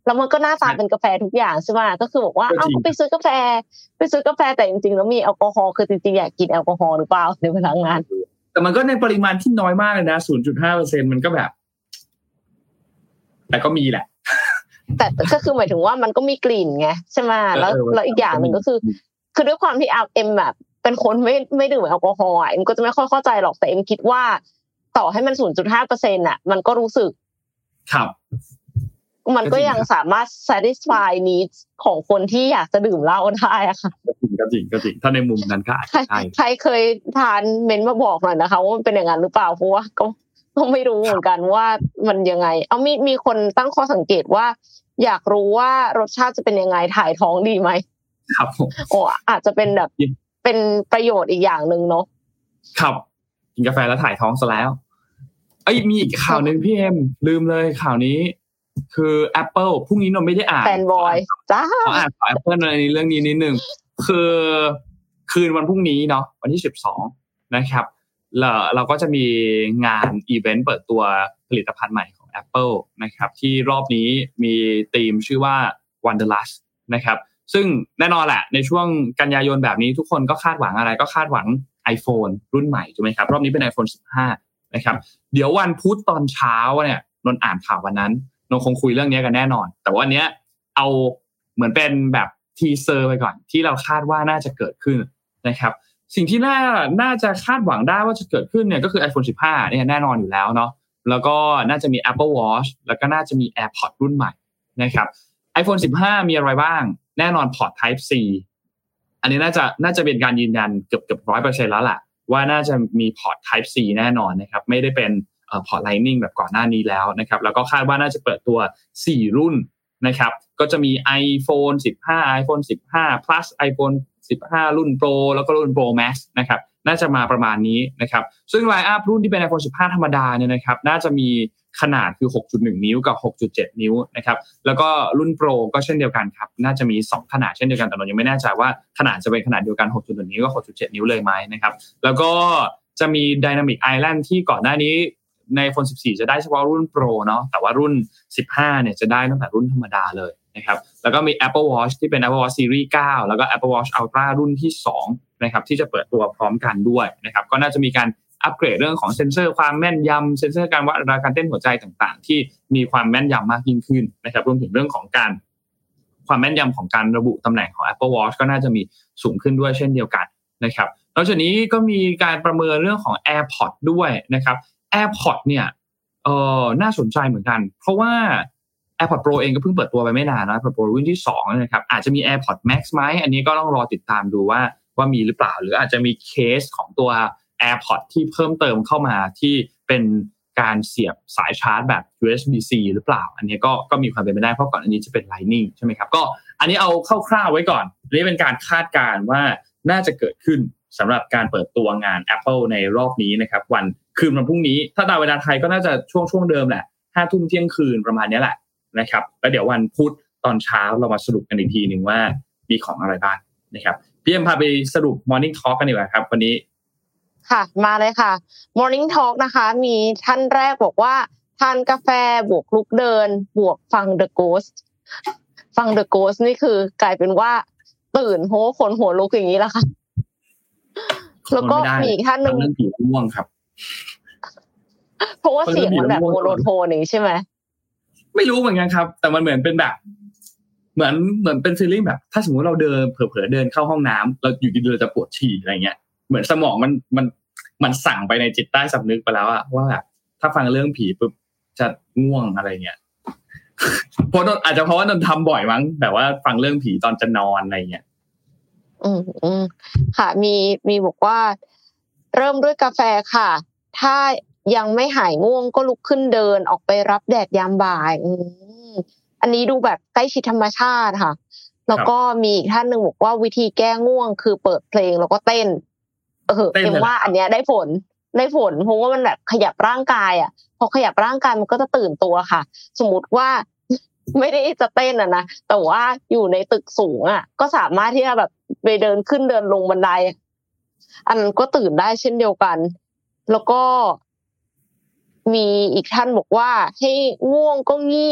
แล้วมันก็หน้าตาเป็นกาแฟทุกอย่างใช่มั้ยก็คือบอกว่าเอ้าก็ไปซื้อกาแฟไปซื้อกาแฟแต่จริงๆแล้วมีแอลกอฮอล์คือจริงๆอยากกินแอลกอฮอล์หรือเปล่าในเวลางานแต่มันก็ในปริมาณที่น้อยมากเลยนะ ศูนย์จุดห้าเปอร์เซ็นต์ มันก็แบบแต่ก็มีแหละแต่ก็คือหมายถึงว่ามันก็มีกลิ่นไงใช่มั้ยแล้วแล้วอีกอย่างนึงก็คือคือด้วยความที่เอ็มแบบเป็นคนไม่ไม่ดื่มแอลกอฮอล์อ่ะเอ็มก็จะไม่ค่อยเข้าใจหรอกแต่เอ็มคิดว่าต่อให้มัน ศูนย์จุดห้าเปอร์เซ็นต์ น่ะมันก็รู้สึกครับมันก็ยังสามารถ satisfy needs ของคนที่อยากจะดื่มเหล้าได้อ่ะค่ะก็จริงก็จริงถ้าในมุมนั้นก็ใช่ใครเคยทานเม้นมาบอกหน่อยนะคะว่ามันเป็นอย่างนั้นหรือเปล่าเพราะว่าก็ก็ไม่รู้เหมือนกันว่ามันยังไงเอามีมีคนตั้งข้อสังเกตว่าอยากรู้ว่ารสชาติจะเป็นยังไงถ่ายท้องดีมั้ยครับผมโอ้อาจจะเป็นแบบเป็นประโยชน์อีกอย่างนึงเนาะครับกินกาแฟแล้วถ่ายท้องซะแล้วเอ้ยมีอีกข่าวนึงพี่เอ็มลืมเลยข่าวนี้คือ Apple พรุ่งนี้นนไม่ได้อ่านแฟนบอยจ้าขออ่านข่าว Apple ในเรื่องนี้นิดนึงคือคืนวันพรุ่งนี้เนาะวันที่สิบสองนะครับเราเราก็จะมีงานอีเวนต์เปิดตัวผลิตภัณฑ์ใหม่ของ Apple นะครับที่รอบนี้มีธีมชื่อว่า Wanderlust นะครับซึ่งแน่นอนแหละในช่วงกันยายนแบบนี้ทุกคนก็คาดหวังอะไรก็คาดหวัง iPhone รุ่นใหม่ถูกมั้ยครับรอบนี้เป็น iPhone สิบห้านะครับเดี๋ยววันพุธตอนเช้าเนี่ยนนอ่านข่าววันนั้นนนคงคุยเรื่องนี้กันแน่นอนแต่ว่าวันนี้เอาเหมือนเป็นแบบทีเซอร์ไปก่อนที่เราคาดว่าน่าจะเกิดขึ้นนะครับสิ่งที่น่าน่าจะคาดหวังได้ว่าจะเกิดขึ้นเนี่ยก็คือ iPhone สิบห้าเนี่ยแน่นอนอยู่แล้วเนาะแล้วก็น่าจะมี Apple Watch แล้วก็น่าจะมี AirPods รุ่นใหม่นะครับ iPhone สิบห้ามีอะไรบ้างแน่นอน Port Type C อันนี้น่าจะน่าจะเป็นการยืนยันเกือบๆ หนึ่งร้อยเปอร์เซ็นต์ แล้วล่ะว่าน่าจะมี Port Type C แน่นอนนะครับไม่ได้เป็นเอ่อ Port Lightning แบบก่อนหน้านี้แล้วนะครับแล้วก็คาดว่าน่าจะเปิดตัวสี่รุ่นนะครับก็จะมี iPhone สิบห้า iPhone สิบห้า Plus iPhone สิบห้ารุ่น Pro แล้วก็รุ่น Pro Max นะครับน่าจะมาประมาณนี้นะครับซึ่งไลน์อัพรุ่นที่เป็น iPhone สิบห้าธรรมดาเนี่ยนะครับน่าจะมีขนาดคือ หกจุดหนึ่ง นิ้วกับ หกจุดเจ็ด นิ้วนะครับแล้วก็รุ่น Pro ก็เช่นเดียวกันครับน่าจะมีสองขนาดเช่นเดียวกันแต่เรายังไม่แน่ใจว่าขนาดจะเป็นขนาดเดียวกัน หกจุดหนึ่ง นิ้วกับ หกจุดเจ็ด นิ้วเลยมั้ยนะครับแล้วก็จะมี Dynamic Island ที่ก่อนหน้านี้ใน iPhone สิบสี่จะได้เฉพาะรุ่น Pro เนาะแต่ว่ารุ่นสิบห้าเนี่ยจะได้ตั้งแต่รุ่นธรรมดาเลยนะครับแล้วก็มี Apple Watch ที่เป็น Apple Watch Series เก้าแล้วก็ Apple Watch Ultra รุ่นที่สองนะครับที่จะเปิดตัวพร้อมกันด้วยนะครับก็น่าจะมีการอัปเกรดเรื่องของเซ็นเซอร์ความแม่นยำเซ็นเซอร์การวัดอัตราการเต้นหัวใจต่างๆที่มีความแม่นยำมากยิ่งขึ้นนะครับรวมถึงเรื่องของการความแม่นยำของการระบุตำแหน่งของ Apple Watch ก็น่าจะมีสูงขึ้นด้วยเช่นเดียวกันนะครับนอกจากนี้ก็มีการประเมินเรื่องของ AirPods ด้วยนะครับ AirPods เนี่ยเอ่อน่าสนใจเหมือนกันเพราะว่า AirPods Pro เองก็เพิ่งเปิดตัวไปไม่นานนะ AirPods Pro รุ่นที่สองนะครับอาจจะมี AirPods Max มั้ยอันนี้ก็ต้องรอติดตามดูว่าว่ามีหรือเปล่าหรืออาจจะมีเคสของตัว AirPods ที่เพิ่มเติมเข้ามาที่เป็นการเสียบสายชาร์จแบบ ยู เอส บี ซี หรือเปล่าอันนี้ก็ก็มีความเป็นไปได้เพราะก่อนอันนี้จะเป็น Lightning ใช่มั้ยครับก็อันนี้เอาคร่าวๆไว้ก่อนนี่เป็นการคาดการณ์ว่าน่าจะเกิดขึ้นสำหรับการเปิดตัวงาน Apple ในรอบนี้นะครับวันคืนวันพรุ่งนี้ถ้าตามเวลาไทยก็น่าจะช่วงช่วงเดิมแหละ ห้าทุ่มเที่ยงคืนประมาณนี้แหละนะครับแล้วเดี๋ยววันพุธตอนเช้าเรามาสรุปกันอีกทีนึงว่ามีของอะไรบ้างนะครับพี่เอ็มพาไปสรุป Morning Talk กันดีกว่าครับวันนี้ค่ะมาเลยค่ะ Morning Talk นะคะมีท่านแรกบอกว่าทานกาแฟบวกลุกเดินบวกฟัง The Ghost ฟัง The Ghost นี่คือกลายเป็นว่าตื่นโหขนหัวลุกอย่างนี้แล้วค่ะแล้วก็มีอีกท่านนึงเรื่องผีง่วงครับเพราะว่าเสียงมันแบบโมโนโทนนี่ใช่มั้ยไม่รู้เหมือนกันครับแต่มันเหมือนเป็นแบบเหมือนเหมือนเป็นฟีลลิ่งแบบถ้าสมมุติเราเดินเผลอๆเดินเข้าห้องน้ำเราอยู่ดีๆเราจะปวดฉี่อะไรเงี้ยเหมือนสมองมันมันมันสั่งไปในจิตใต้สำนึกไปแล้วอะว่าแบบถ้าฟังเรื่องผีปุ๊บจะง่วงอะไรเงี้ยเพราะอาจจะเพราะว่านนทำบ่อยมั้งแบบว่าฟังเรื่องผีตอนจะนอนอะไรเงี้ยอืมๆค่ะมีมีบอกว่าเริ่มด้วยกาแฟค่ะถ้ายังไม่หายง่วงก็ลุกขึ้นเดินออกไปรับแดดยามบ่ายอืมอันนี้ดูแบบใกล้ชิดธรรมชาติค่ะแล้วก็มีอีกท่านนึงบอกว่าวิธีแก้ง่วงคือเปิดเพลงแล้วก็เต้นเออเอ็มว่าอันเนี้ยได้ผลได้ผลเพราะว่ามันแบบขยับร่างกายอ่ะพอขยับร่างกายมันก็จะตื่นตัวค่ะสมมุติว่าไม่ได้จะเต้นอ่ะนะแต่ว่าอยู่ในตึกสูงอ่ะก็สามารถที่จะแบบไปเดินขึ้นเดินลงบันไดอันนั้นก็ตื่นได้เช่นเดียวกันแล้วก็มีอีกท่านบอกว่าให้ง่วงก็งีบ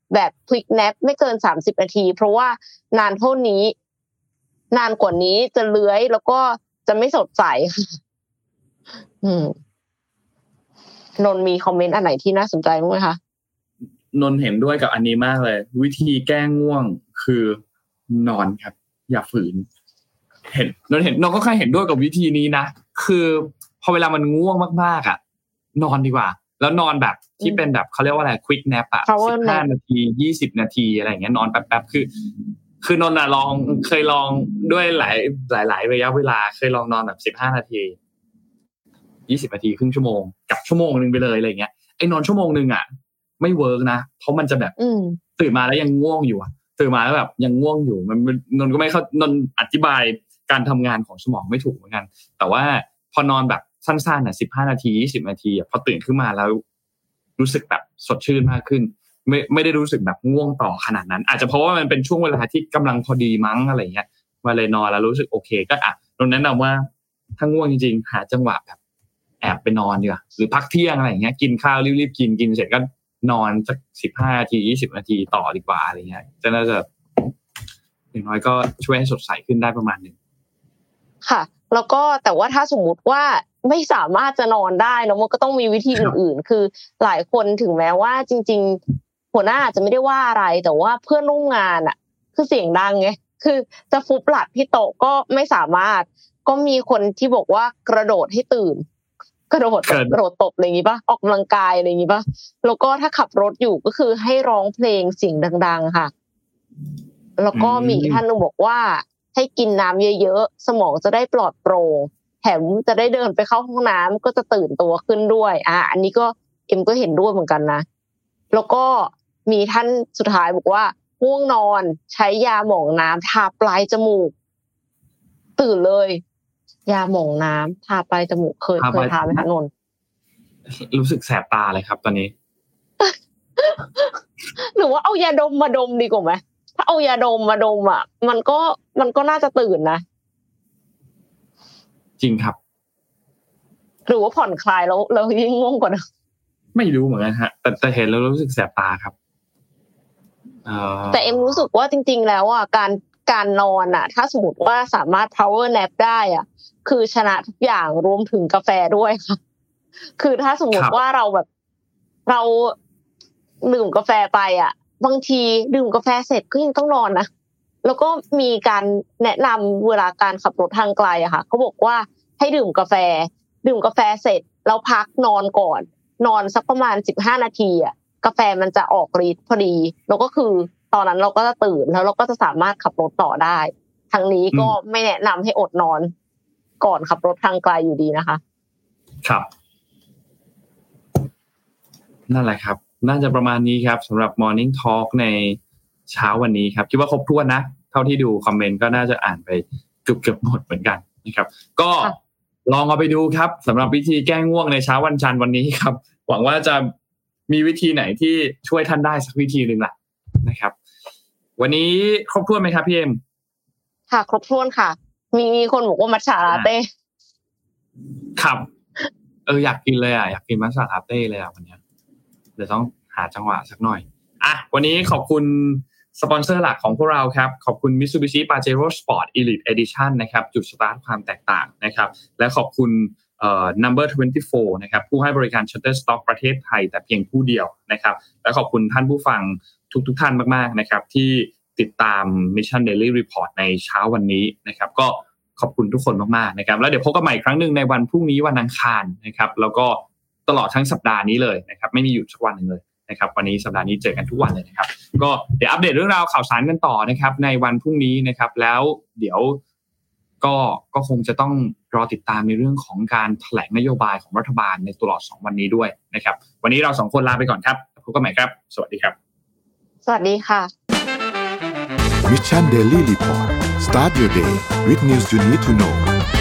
แบบ quick nap ไม่เกินสามสิบนาทีเพราะว่านานเท่านี้นานกว่านี้จะเลื้อยแล้วก็จะไม่สดใสอืมนนมีคอมเมนต์อันไหนที่น่าสนใจมั้ยคะนนเห็นด้วยกับอันนี้มากเลยวิธีแก้ง่วงคือนอนครับอย่าฝืนเห็นนนเห็นนนก็ค่อยเห็นด้วยกับวิธีนี้นะคือพอเวลามันง่วงมากๆอ่ะนอนดีกว่าแล้วนอนแบบที่เป็นแบบเขาเรียกว่าอะไร quick nap อ่ะสิบห้านาทียี่สิบนาทีอะไรอย่างเงี้ยนอนแป๊บๆคือคือนนน่ะลองเคยลองด้วยหลายหลายๆระยะเวลาเคยลองนอนแบบสิบห้านาทียี่สิบนาทีครึ่งชั่วโมงกับชั่วโมงนึงไปเลยอะไรอย่างเงี้ยไอ้นอนชั่วโมงนึงอ่ะไม่เวิร์กนะเพราะมันจะแบบตื่นมาแล้วยังง่วงอยู่อ่ะตื่นมาแล้วแบบยังง่วงอยู่มันนนก็ไม่เข้านนอธิบายการทำงานของสมองไม่ถูกเหมือนกันแต่ว่าพอนอนแบบสั้นๆน่ะสิบห้านาทียี่สิบนาทีอ่ะพอตื่นขึ้นมาแล้วรู้สึกแบบสดชื่นมากขึ้นไม่ไม่ได้รู้สึกแบบง่วงต่อขนาดนั้นอาจจะเพราะว่ามันเป็นช่วงเวลาที่กำลังพอดีมั้งอะไรเงี้ยมาเลยนอนแล้วรู้สึกโอเคก็อ่ะนนแนะนำว่าถ้าง่วงจริงๆหาจังหวะแบบแอบไปนอนดีกว่าหรือพักเที่ยงอะไรอย่างเงี้ยกินข้าวรีบๆกินกินเสร็จก็นอนสักสิบห้านาทียี่สิบนาทีต่อดีกว่าอะไรเงี้ยจะน่าจะอย่างน้อยก็ช่วยให้สดใสขึ้นได้ประมาณนึงค่ะแล้วก็แต่ว่าถ้าสมมุติว่าไม่สามารถจะนอนได้เนาะมันก็ต้องมีวิธีอื่นๆคือหลายคนถึงแม้ว่าจริงๆหัวหน้าอาจจะไม่ได้ว่าอะไรแต่ว่าเพื่อนร่วมงานอ่ะคือเสียงดังไงคือจะฟุบหลับที่โต๊ะก็ไม่สามารถก็มีคนที่บอกว่ากระโดดให้ตื่นกระโดดกระโดดตบอะไรอย่างงี้ป่ะออกกำลังกายอะไรอย่างงี้ป่ะแล้วก็ถ้าขับรถอยู่ก็คือให้ร้องเพลงเสียงดังๆค่ะแล้วก็มีท่านนึงบอกว่าให้กินน้ำเยอะๆสมองจะได้ปลอดโปร่งแถมจะได้เดินไปเข้าห้องน้ำก็จะตื่นตัวขึ้นด้วยอ่ะอันนี้ก็เอ็มก็เห็นด้วยเหมือนกันนะแล้วก็มีท่านสุดท้ายบอกว่าง่วงนอนใช้ยาหม่องน้ำทาปลายจมูกตื่นเลยยาหม่องน้ำทาปลายจมูกเคยเคยทาไหมคะนนท์รู้สึกแสบตาเลยครับตอนนี้หรือว่าเอายาดมมาดมดีกว่าไหมถ้าเอายาดมมาดมอ่ะมันก็มันก็น่าจะตื่นนะจริงครับหรือว่าผ่อนคลายแล้วเรายิ่งง่วงกว่านะไม่รู้เหมือนกันฮะแต่แต่เห็นแล้วรู้สึกแสบตาครับแต่เอ็มรู้สึกว่าจริงๆแล้วอ่ะการการนอนอ่ะถ้าสมมติว่าสามารถ power nap ได้อ่ะคือชนะทุกอย่างรวมถึงกาแฟด้วยค่ะคือถ้าสมมติว่าเราแบบเราดื่มกาแฟไปอ่ะบางทีดื่มกาแฟเสร็จก็ยังต้องนอนนะแล้วก็มีการแนะนำเวลาการขับรถทางไกลอะค่ะเขาบอกว่าให้ดื่มกาแฟดื่มกาแฟเสร็จแล้วพักนอนก่อนนอนสักประมาณสิบห้านาทีอ่ะกาแฟมันจะออกฤทธิ์พอดีแล้วก็คือตอนนั้นเราก็จะตื่นแล้วเราก็จะสามารถขับรถต่อได้ทั้งนี้ก็ไม่แนะนำให้อดนอนก่อนขับรถทางไกลอยู่ดีนะคะครับนั่นแหละครับน่าจะประมาณนี้ครับสำหรับ Morning Talk ในเช้าวันนี้ครับคิดว่าครบถ้วนนะเท่าที่ดูคอมเมนต์ก็น่าจะอ่านไปเกือบๆหมดเหมือนกันนะครับก็ลองเอาไปดูครับสำหรับวิธีแก้ง่วงในเช้าวันจันทร์วันนี้ครับหวังว่าจะมีวิธีไหนที่ช่วยท่านได้สักวิธีนึงล่ะนะครับวันนี้ครบถ้วนไหมครับพี่เอ็มค่ะครบถ้วนค่ะมีมีคนบอกว่ามัทฉะลาเต้ครับเอออยากกินเลยอ่ะอยากกินมัทฉะลาเต้เลยอ่ะวันนี้เดี๋ยวต้องหาจังหวะสักหน่อยอ่ะวันนี้ขอบคุณสปอนเซอร์หลักของพวกเราครับขอบคุณ Mitsubishi Pajero Sport Elite Edition นะครับจุดสตาร์ทความแตกต่างนะครับและขอบคุณเอ่อ Number ยี่สิบสี่นะครับผู้ให้บริการ Shutterstock ประเทศไทยแต่เพียงผู้เดียวนะครับและขอบคุณท่านผู้ฟังทุกๆท่านมากๆนะครับที่ติดตาม Mission Daily Report ในเช้าวันนี้นะครับก็ขอบคุณทุกคนมากๆนะครับแล้วเดี๋ยวพบกันใหม่อีกครั้งนึงในวันพรุ่งนี้วันอังคารนะครับแล้วก็ตลอดทั้งสัปดาห์นี้เลยนะครับไม่มีหยุดสักวันนึงเลยนะครับวันนี้สัปดาห์นี้เจอกันทุกวันเลยนะครับก็เดี๋ยวอัปเดตเรื่องราวข่าวสารกันต่อนะครับในวันพรุ่งนี้นะครับแล้วเดี๋ยวก็ก็คงจะต้องรอติดตามในเรื่องของการแถลงนโยบายของรัฐบาลในตลอดสองวันนี้ด้วยนะครับวันนี้เราสองคนลาไปก่อนครับพบกันใหม่ครับสวัสดีครับสวัสดีค่ะ Mission Daily Report Start your day with news you need to know